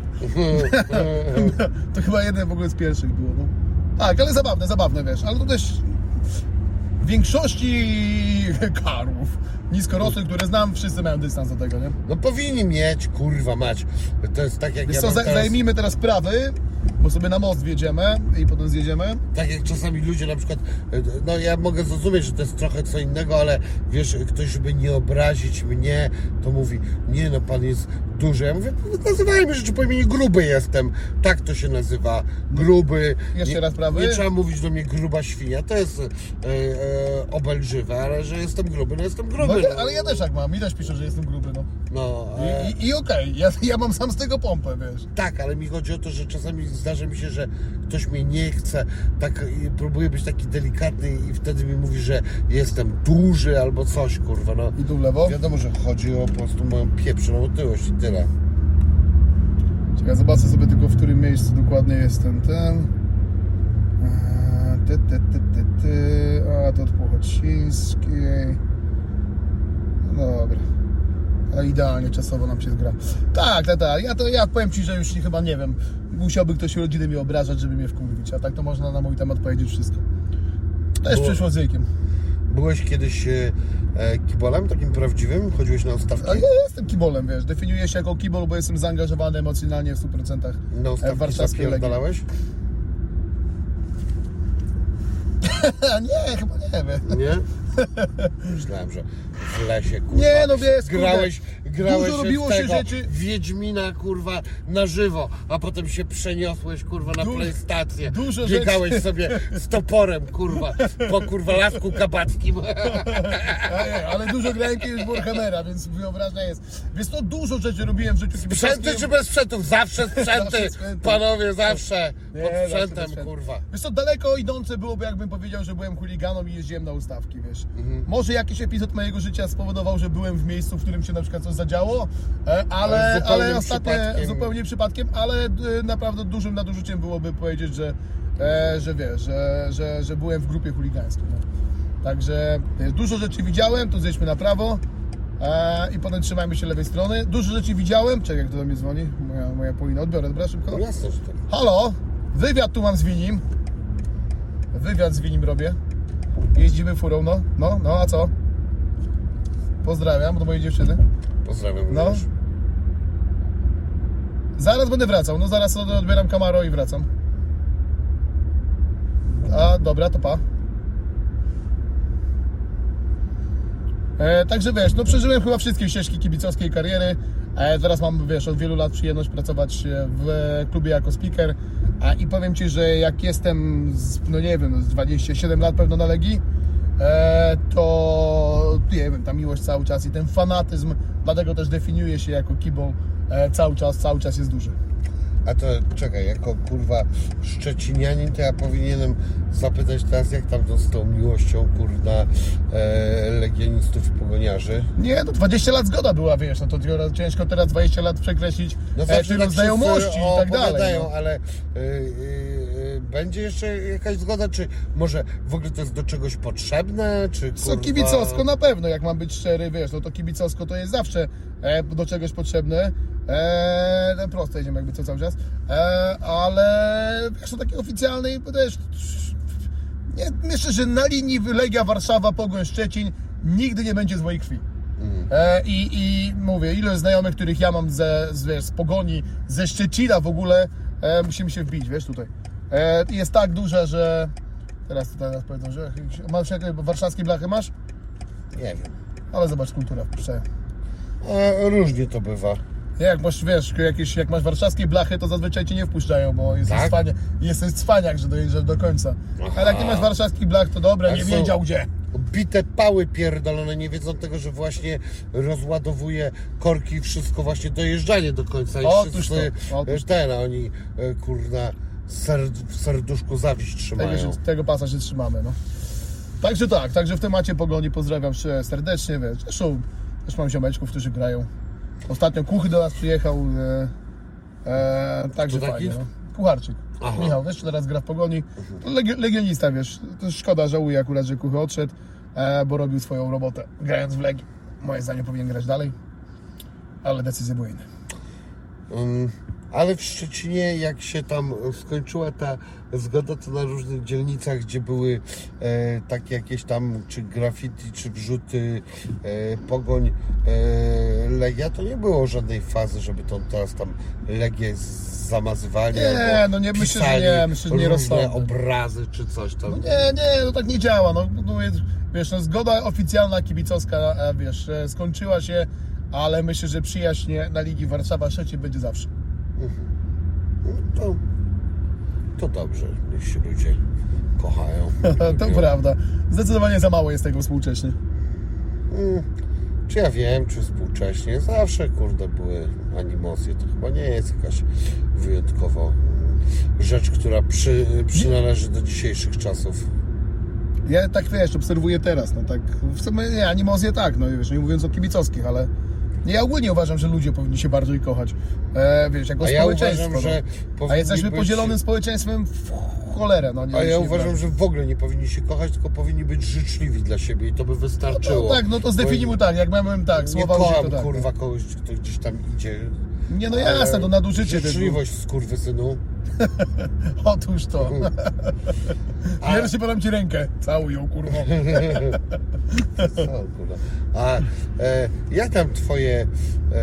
to chyba jeden w ogóle z pierwszych było, no. Tak, ale zabawne, zabawne, wiesz, ale to też w większości karłów niskorosłych, które znam, wszyscy mają dystans do tego, nie? No powinni mieć, kurwa mać. To jest tak jak Wiesz ja co, mam za- teraz... zajmijmy teraz prawy bo sobie na most wjedziemy i potem zjedziemy. Tak jak czasami ludzie na przykład, no ja mogę zrozumieć, że to jest trochę co innego, ale wiesz, ktoś, żeby nie obrazić mnie, to mówi, nie no, pan jest duży. Ja mówię, nazywajmy rzeczy po imieniu, gruby jestem. Tak to się nazywa, gruby. Jeszcze nie, raz prawy. Nie trzeba mówić do mnie gruba świnia, to jest e, e, obelżywe, ale że jestem gruby, no jestem gruby. No, No, ale ja też tak mam, mi też piszą, że jestem gruby, no. no e, I, i, i okej, okay. ja, ja mam sam z tego pompę, wiesz. Tak, ale mi chodzi o to, że czasami zdarza mi się, że ktoś mnie nie chce, tak i próbuje być taki delikatny i wtedy mi mówi, że jestem duży albo coś, kurwa, no. I tu w lewo. Wiadomo, że chodzi o po prostu moją pieprzoną otyłość i tyle. Czekaj, zobaczę sobie tylko, w którym miejscu dokładnie jest ten, ten. Eee, Ty, ty, ty, ty, ty. A, to od Płochocińskiej. No dobra. A idealnie czasowo nam się zgra. Tak, tak, tak. Ja to ja powiem Ci, że już nie, chyba nie wiem. Musiałby ktoś rodziny mi obrażać, żeby mnie wkurwić. A tak to można na mój temat powiedzieć wszystko. To jest Było- przyszło z wiekiem. Byłeś kiedyś e, e, kibolem takim prawdziwym? Chodziłeś na ustawki? A ja jestem kibolem, wiesz. Definiuję się jako kibol, bo jestem zaangażowany emocjonalnie w stu procentach Na w ustawki warszawskiej Legii. zapierdalałeś? Nie, chyba nie wiem. Nie? Myślałem, że w lesie, kurwa. Nie, no wiesz, kurde, grałeś, grałeś dużo robiło w się tego rzeczy- Wiedźmina, kurwa, na żywo, a potem się przeniosłeś, kurwa, na Du- PlayStację. dużo Biegałeś rzeczy- sobie z toporem, kurwa, po, kurwa, lasku kabackim. Ale, ale dużo grałem kiedyś w Warhammera, więc wyobraźnia jest. Więc to dużo rzeczy robiłem w życiu Sprzęty kibicowskim. czy bez sprzętów? Zawsze sprzęty, Zawsze sprzęty. panowie, zawsze. Nie, Pod zawsze sprzętem, bez sprzętu. kurwa. Wiesz co, daleko idące byłoby, jakbym powiedział, że byłem chuliganą i jeździłem na ustawki, wiesz. Mhm. Może jakiś epizod mojego życia spowodował, że byłem w miejscu, w którym się na przykład coś zadziało, e, Ale ale, zupełnym ale ostatnio przypadkiem. zupełnie przypadkiem, ale e, naprawdę dużym nadużyciem byłoby powiedzieć, że, e, że wiesz, że, że, że byłem w grupie chuligańskiej. No. Także e, dużo rzeczy widziałem, tu zjedźmy na prawo. E, I potem trzymajmy się lewej strony. Dużo rzeczy widziałem. Czekaj, kto do mnie dzwoni? Moja, moja Polina. Odbiorę, dobra, szybko. No jasne, że tak. Halo, wywiad tu mam z Winim. Wywiad z Winim robię. Jeździmy furą, no, no, no, a co? Pozdrawiam do mojej dziewczyny. Pozdrawiam No. również. Zaraz będę wracał, no zaraz odbieram Camaro i wracam. A, dobra, to pa. E, także wiesz, no przeżyłem chyba wszystkie ścieżki kibicowskiej kariery. E, teraz mam, wiesz, od wielu lat przyjemność pracować w klubie jako speaker. A, I powiem Ci, że jak jestem, z, no nie wiem, z dwadzieścia siedem lat pewno na Legii, e, to nie wiem, ta miłość cały czas i ten fanatyzm, dlatego też definiuję się jako kibol, e, cały czas, cały czas jest duży. A to czekaj, jako kurwa szczecinianin, to ja powinienem zapytać teraz, jak tam to z tą miłością, kurwa, e, legionistów i pogoniarzy. Nie, no dwadzieścia lat zgoda była, wiesz, no to ciężko teraz dwadzieścia lat przekreślić No e, zawsze tylko tak znajomości wszyscy i tak dalej. opowiadają, No. ale y, y, y, będzie jeszcze jakaś zgoda, czy może w ogóle to jest do czegoś potrzebne, czy Co kurwa... kibicowsko na pewno, jak mam być szczery, wiesz, no to kibicowsko to jest zawsze e, do czegoś potrzebne. E, no prosto jedziemy jakby co cały czas, e, ale wiesz, no takiej oficjalnej, też nie, myślę, że na linii Legia Warszawa, Pogoń Szczecin nigdy nie będzie z mojej krwi. E, i, I mówię, ilość znajomych, których ja mam ze, z, wiesz, z Pogoni, ze Szczecina w ogóle, e, musimy się wbić, wiesz, tutaj. E, jest tak duże, że teraz tutaj nas powiedzą, że masz jakieś warszawskie blachy masz? Nie wiem. Ale zobacz, kultura wpuszczają. A, różnie to bywa. Jak masz, wiesz, jakieś, jak masz warszawskie blachy, to zazwyczaj cię nie wpuszczają, bo jesteś, Tak? cwania, jesteś cwaniak, że dojeżdżasz do końca. Aha. Ale jak nie masz warszawskich blach, to dobra, A nie są- wiedział gdzie. Bite pały pierdolone, nie wiedzą tego, że właśnie rozładowuje korki i wszystko, właśnie dojeżdżanie do końca. I Otóż wszyscy to, otóż ten, a oni e, kurna serd, w serduszku zawiść trzymają. Tego, się, tego pasa się trzymamy, no. Także tak, także w temacie Pogoni pozdrawiam się serdecznie, wiesz. Zresztą też mam ziomeczków, którzy grają. Ostatnio Kuchy do nas przyjechał, e, e, także Kto fajnie, taki? no. Kucharczyk. Aha. Michał, wiesz, teraz gra w Pogoni. To legi- legionista, wiesz. To szkoda, żałuję akurat, że Kuchy odszedł, e, bo robił swoją robotę, grając w Legii. Moje zdanie powinien grać dalej, ale decyzje były inne. Um, ale w Szczecinie, jak się tam skończyła ta zgoda, to na różnych dzielnicach, gdzie były e, takie jakieś tam, czy graffiti, czy wrzuty, e, Pogoń, e, Legia, to nie było żadnej fazy, żeby tą teraz tam Legię zamazywali. Nie, no nie, myślę, że nie, myślę, że nie różne rozsądne. obrazy, czy coś tam. No nie, nie, no tak nie działa, no, no jest, wiesz, no zgoda oficjalna kibicowska, e, wiesz, e, skończyła się, ale myślę, że przyjaźń na Ligi Warszawa-Szczecin będzie zawsze. To, to dobrze, niech się ludzie kochają. To lubią. prawda. Zdecydowanie za mało jest tego współcześnie. Hmm, czy ja wiem, czy współcześnie? Zawsze, kurde, były animozje. To chyba nie jest jakaś wyjątkowo rzecz, która przy, przynależy do dzisiejszych czasów. Ja tak, wiesz, obserwuję teraz, no tak, w sumie nie, animozje tak, no wiesz, nie mówiąc o kibicowskich, ale ja ogólnie uważam, że ludzie powinni się bardziej kochać, e, wiesz, jako A ja społeczeństwo. uważam, że no. A powinni jesteśmy być... podzielonym społeczeństwem w cholerę, no nie. A ja nie uważam, brać. że w ogóle nie powinni się kochać, tylko powinni być życzliwi dla siebie i to by wystarczyło. No tak, no to zdefiniuj tak, jak mamy tak, Nie słowa kocham, użyte, tak. kurwa, kogoś, kto gdzieś tam idzie. Nie, no jasne, to nadużycie. Życzliwość, skurwysynu. Otóż to. A- Pierwszy podam ci rękę, całuj ją, kurwa. O, kurwa. A e, jak tam twoje e,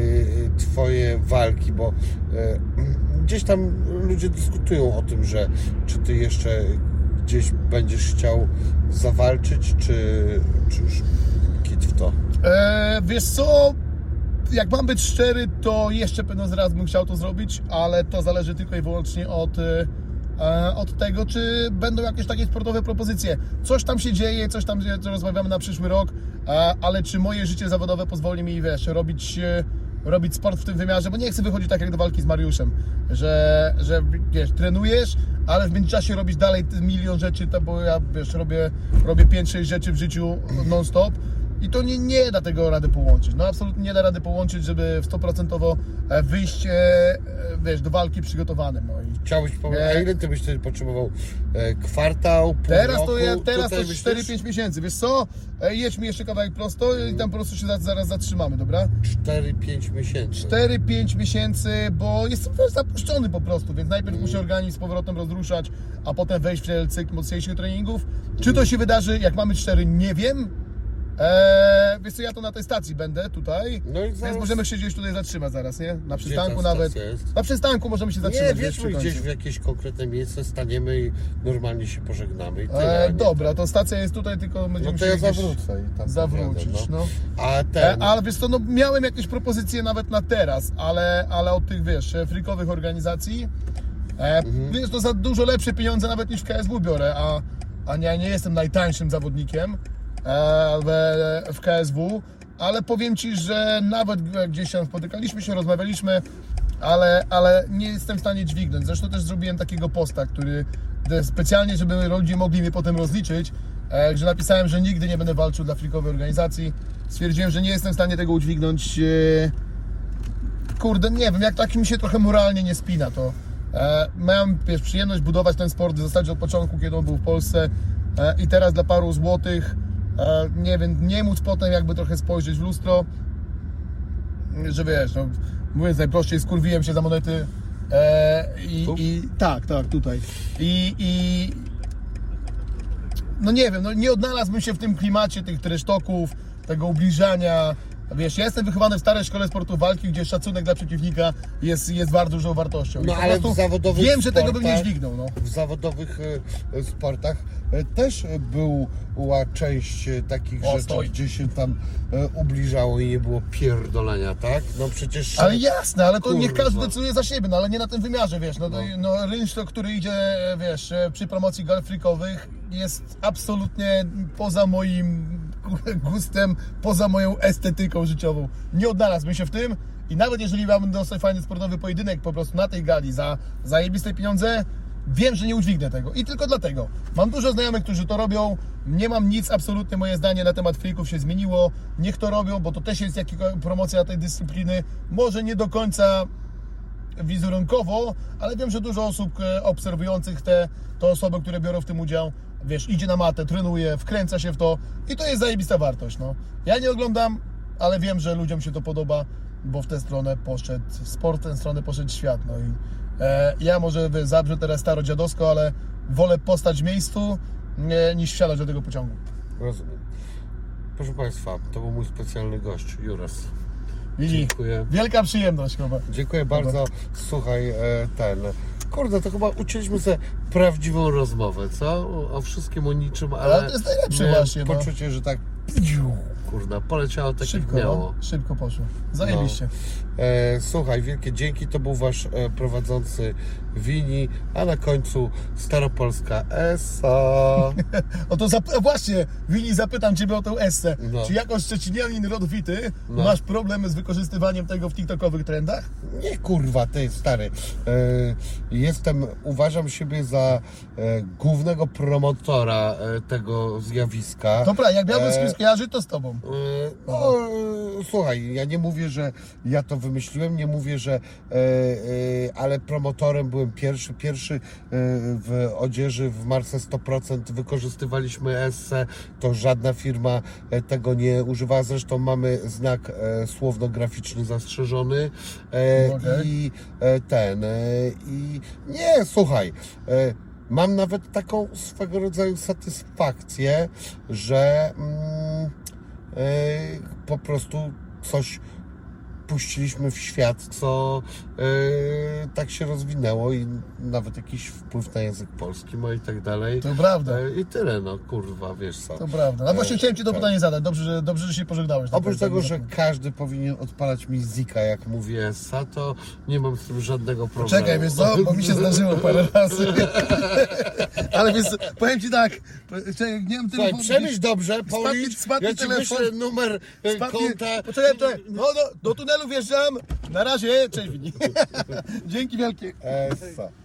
twoje walki, bo e, gdzieś tam ludzie dyskutują o tym, że czy ty jeszcze gdzieś będziesz chciał zawalczyć, czy, czy już kit w to? E, wiesz co, jak mam być szczery, to jeszcze pewno raz bym chciał to zrobić, ale to zależy tylko i wyłącznie od, e, od tego, czy będą jakieś takie sportowe propozycje. Coś tam się dzieje, coś tam co rozmawiamy na przyszły rok, e, ale czy moje życie zawodowe pozwoli mi, wiesz, robić, e, robić sport w tym wymiarze, bo nie chcę wychodzić tak jak do walki z Mariuszem, że, że wiesz, trenujesz, ale w międzyczasie robisz dalej milion rzeczy, to bo ja, wiesz, robię, robię pięć sześć rzeczy w życiu non-stop. I to nie, nie da tego rady połączyć. No absolutnie nie da rady połączyć, żeby w sto procent wyjść, wiesz, do walki przygotowanym. No i Chciałbyś powiedzieć, a ile ty byś wtedy potrzebował? E, kwartał, pół teraz roku? to, ja, teraz Tutaj to cztery pięć miesięcy. Wiesz co? E, Jedź mi jeszcze kawałek prosto i tam po prostu się zaraz zatrzymamy, dobra? cztery pięć miesięcy. cztery pięć miesięcy, bo jestem wiesz, zapuszczony po prostu, więc najpierw muszę organizm z powrotem rozruszać, a potem wejść w ten cykl mocniejszych treningów. Czy to się wydarzy, jak mamy cztery, nie wiem. Eee, wiesz co, ja to na tej stacji będę tutaj, No i więc zaraz- możemy się gdzieś tutaj zatrzymać zaraz, nie? Na Gdzie przystanku ta nawet. stacja jest? Na przystanku możemy się Nie, zatrzymać. wiesz, wiedźmy przy gdzieś końcu. w jakieś konkretne miejsce, staniemy i normalnie się pożegnamy i tyle. a Eee, nie dobra, to stacja jest tutaj, tylko będziemy No to ja musieli gdzieś zawrócę i tam zawrócić, pojadę, no. A E, ten, ale wiesz co, no miałem jakieś propozycje nawet na teraz, ale, ale od tych, wiesz, frikowych organizacji, e, Mhm. wiesz, to za dużo lepsze pieniądze nawet niż w K S W biorę, a, a nie, nie jestem najtańszym zawodnikiem e, w, w K S W, ale powiem Ci, że nawet jak gdzieś tam spotykaliśmy się, rozmawialiśmy, ale, ale nie jestem w stanie dźwignąć. Zresztą też zrobiłem takiego posta, który specjalnie, żeby ludzie mogli mnie potem rozliczyć, e, że napisałem, że nigdy nie będę walczył dla frikowej organizacji. Stwierdziłem, że nie jestem w stanie tego udźwignąć. E, kurde, nie wiem, jak tak mi się trochę moralnie nie spina to. E, miałem, wiesz, przyjemność budować ten sport w zasadzie od początku, kiedy on był w Polsce e, i teraz dla paru złotych, e, nie wiem, nie móc potem jakby trochę spojrzeć w lustro, że wiesz, no, mówiąc najprościej, skurwiłem się za monety e, i, Tu? i tak, tak, tutaj. I, i no nie wiem, no nie odnalazłbym się w tym klimacie tych tresztoków, tego ubliżania. Wiesz, ja jestem wychowany w starej szkole sportu walki, gdzie szacunek dla przeciwnika jest, jest bardzo dużą wartością. I no po ale w prostu zawodowych wiem, że tego bym nie sportach- dźwignął. No. W zawodowych e, sportach e, też była część e, takich O, rzeczy, stoi. gdzie się tam e, ubliżało i nie było pierdolenia, tak? No przecież... Ale jasne, ale to niech Kurwa. każdy decyduje za siebie, no ale nie na tym wymiarze, wiesz, no, No. no. no rynsztok, który idzie, wiesz, przy promocji gal freakowych jest absolutnie poza moim kurde, gustem, poza moją estetyką życiową. Nie odnalazłbym się w tym i nawet jeżeli mam dostać fajny sportowy pojedynek po prostu na tej gali za zajebiste pieniądze, wiem, że nie udźwignę tego i tylko dlatego. Mam dużo znajomych, którzy to robią, nie mam nic, absolutnie moje zdanie na temat freaków się zmieniło, niech to robią, bo to też jest jakaś promocja tej dyscypliny, może nie do końca wizerunkowo, ale wiem, że dużo osób e, obserwujących te, te osoby, które biorą w tym udział, wiesz, idzie na matę, trenuje, wkręca się w to i to jest zajebista wartość, no. Ja nie oglądam, ale wiem, że ludziom się to podoba bo w tę stronę poszedł sport, w tę stronę poszedł świat. No i e, ja może zabrzę teraz starodziadowsko, ale wolę postać w miejscu nie, niż wsiadać do tego pociągu. Rozumiem. Proszę Państwa, to był mój specjalny gość, Juras. Wini, Dziękuję. wielka przyjemność chyba. Dziękuję bardzo. Słuchaj, e, ten... Kurde, to chyba ucięliśmy sobie prawdziwą rozmowę, co? O, o wszystkim, o niczym, ale... Ale to jest najlepsze miałem właśnie, no. poczucie, że tak... Kurna, poleciało tak Szybko, jak miało. no, szybko poszło. Zajebiście. No. E, słuchaj, wielkie dzięki, to był Wasz e, prowadzący Wini, a na końcu Staropolska Essa. O to zap- właśnie, Wini, zapytam Ciebie o tę essę. No. Czy jako szczecinianin rodowity No. masz problem z wykorzystywaniem tego w tiktokowych trendach? Nie kurwa, ty stary. E, jestem, uważam siebie za e, głównego promotora e, tego zjawiska. Dobra, jak miałbym z E, kim skojarzy, to z Tobą. E, No, e, słuchaj, ja nie mówię, że ja to wymyśliłem, nie mówię, że, e, e, ale promotorem byłem pierwszy, pierwszy e, w odzieży w marce sto procent wykorzystywaliśmy Essę, to żadna firma e, tego nie używała, zresztą mamy znak e, słowno-graficzny zastrzeżony e, Okej. i e, ten, e, i nie, słuchaj, e, mam nawet taką swego rodzaju satysfakcję, że mm, e, po prostu coś puściliśmy w świat, co e, tak się rozwinęło i nawet jakiś wpływ na język polski ma i tak dalej. To prawda. E, I tyle, no kurwa, wiesz co. To prawda. No właśnie E, chciałem Ci to tak. pytanie zadać. Dobrze, że, dobrze, że się pożegnałeś. Oprócz Tak, tego, tak, że tak. każdy powinien odpalać mi Zika, jak mówi Essa, to nie mam z tym żadnego problemu. Czekaj, wiesz co, bo mi się zdarzyło parę razy. Ale wiesz, powiem Ci tak, czekaj, nie mam Słuchaj, telefonu. przemyśl dobrze, Spadnie- policz, spadnie ja ci telefon. wyślę numer e, Spadnie- konta. Poczekaj, poczekaj. No, do, do tunelu wjeżdżam. Na razie, cześć Wini. Dzięki wielkie. Essa.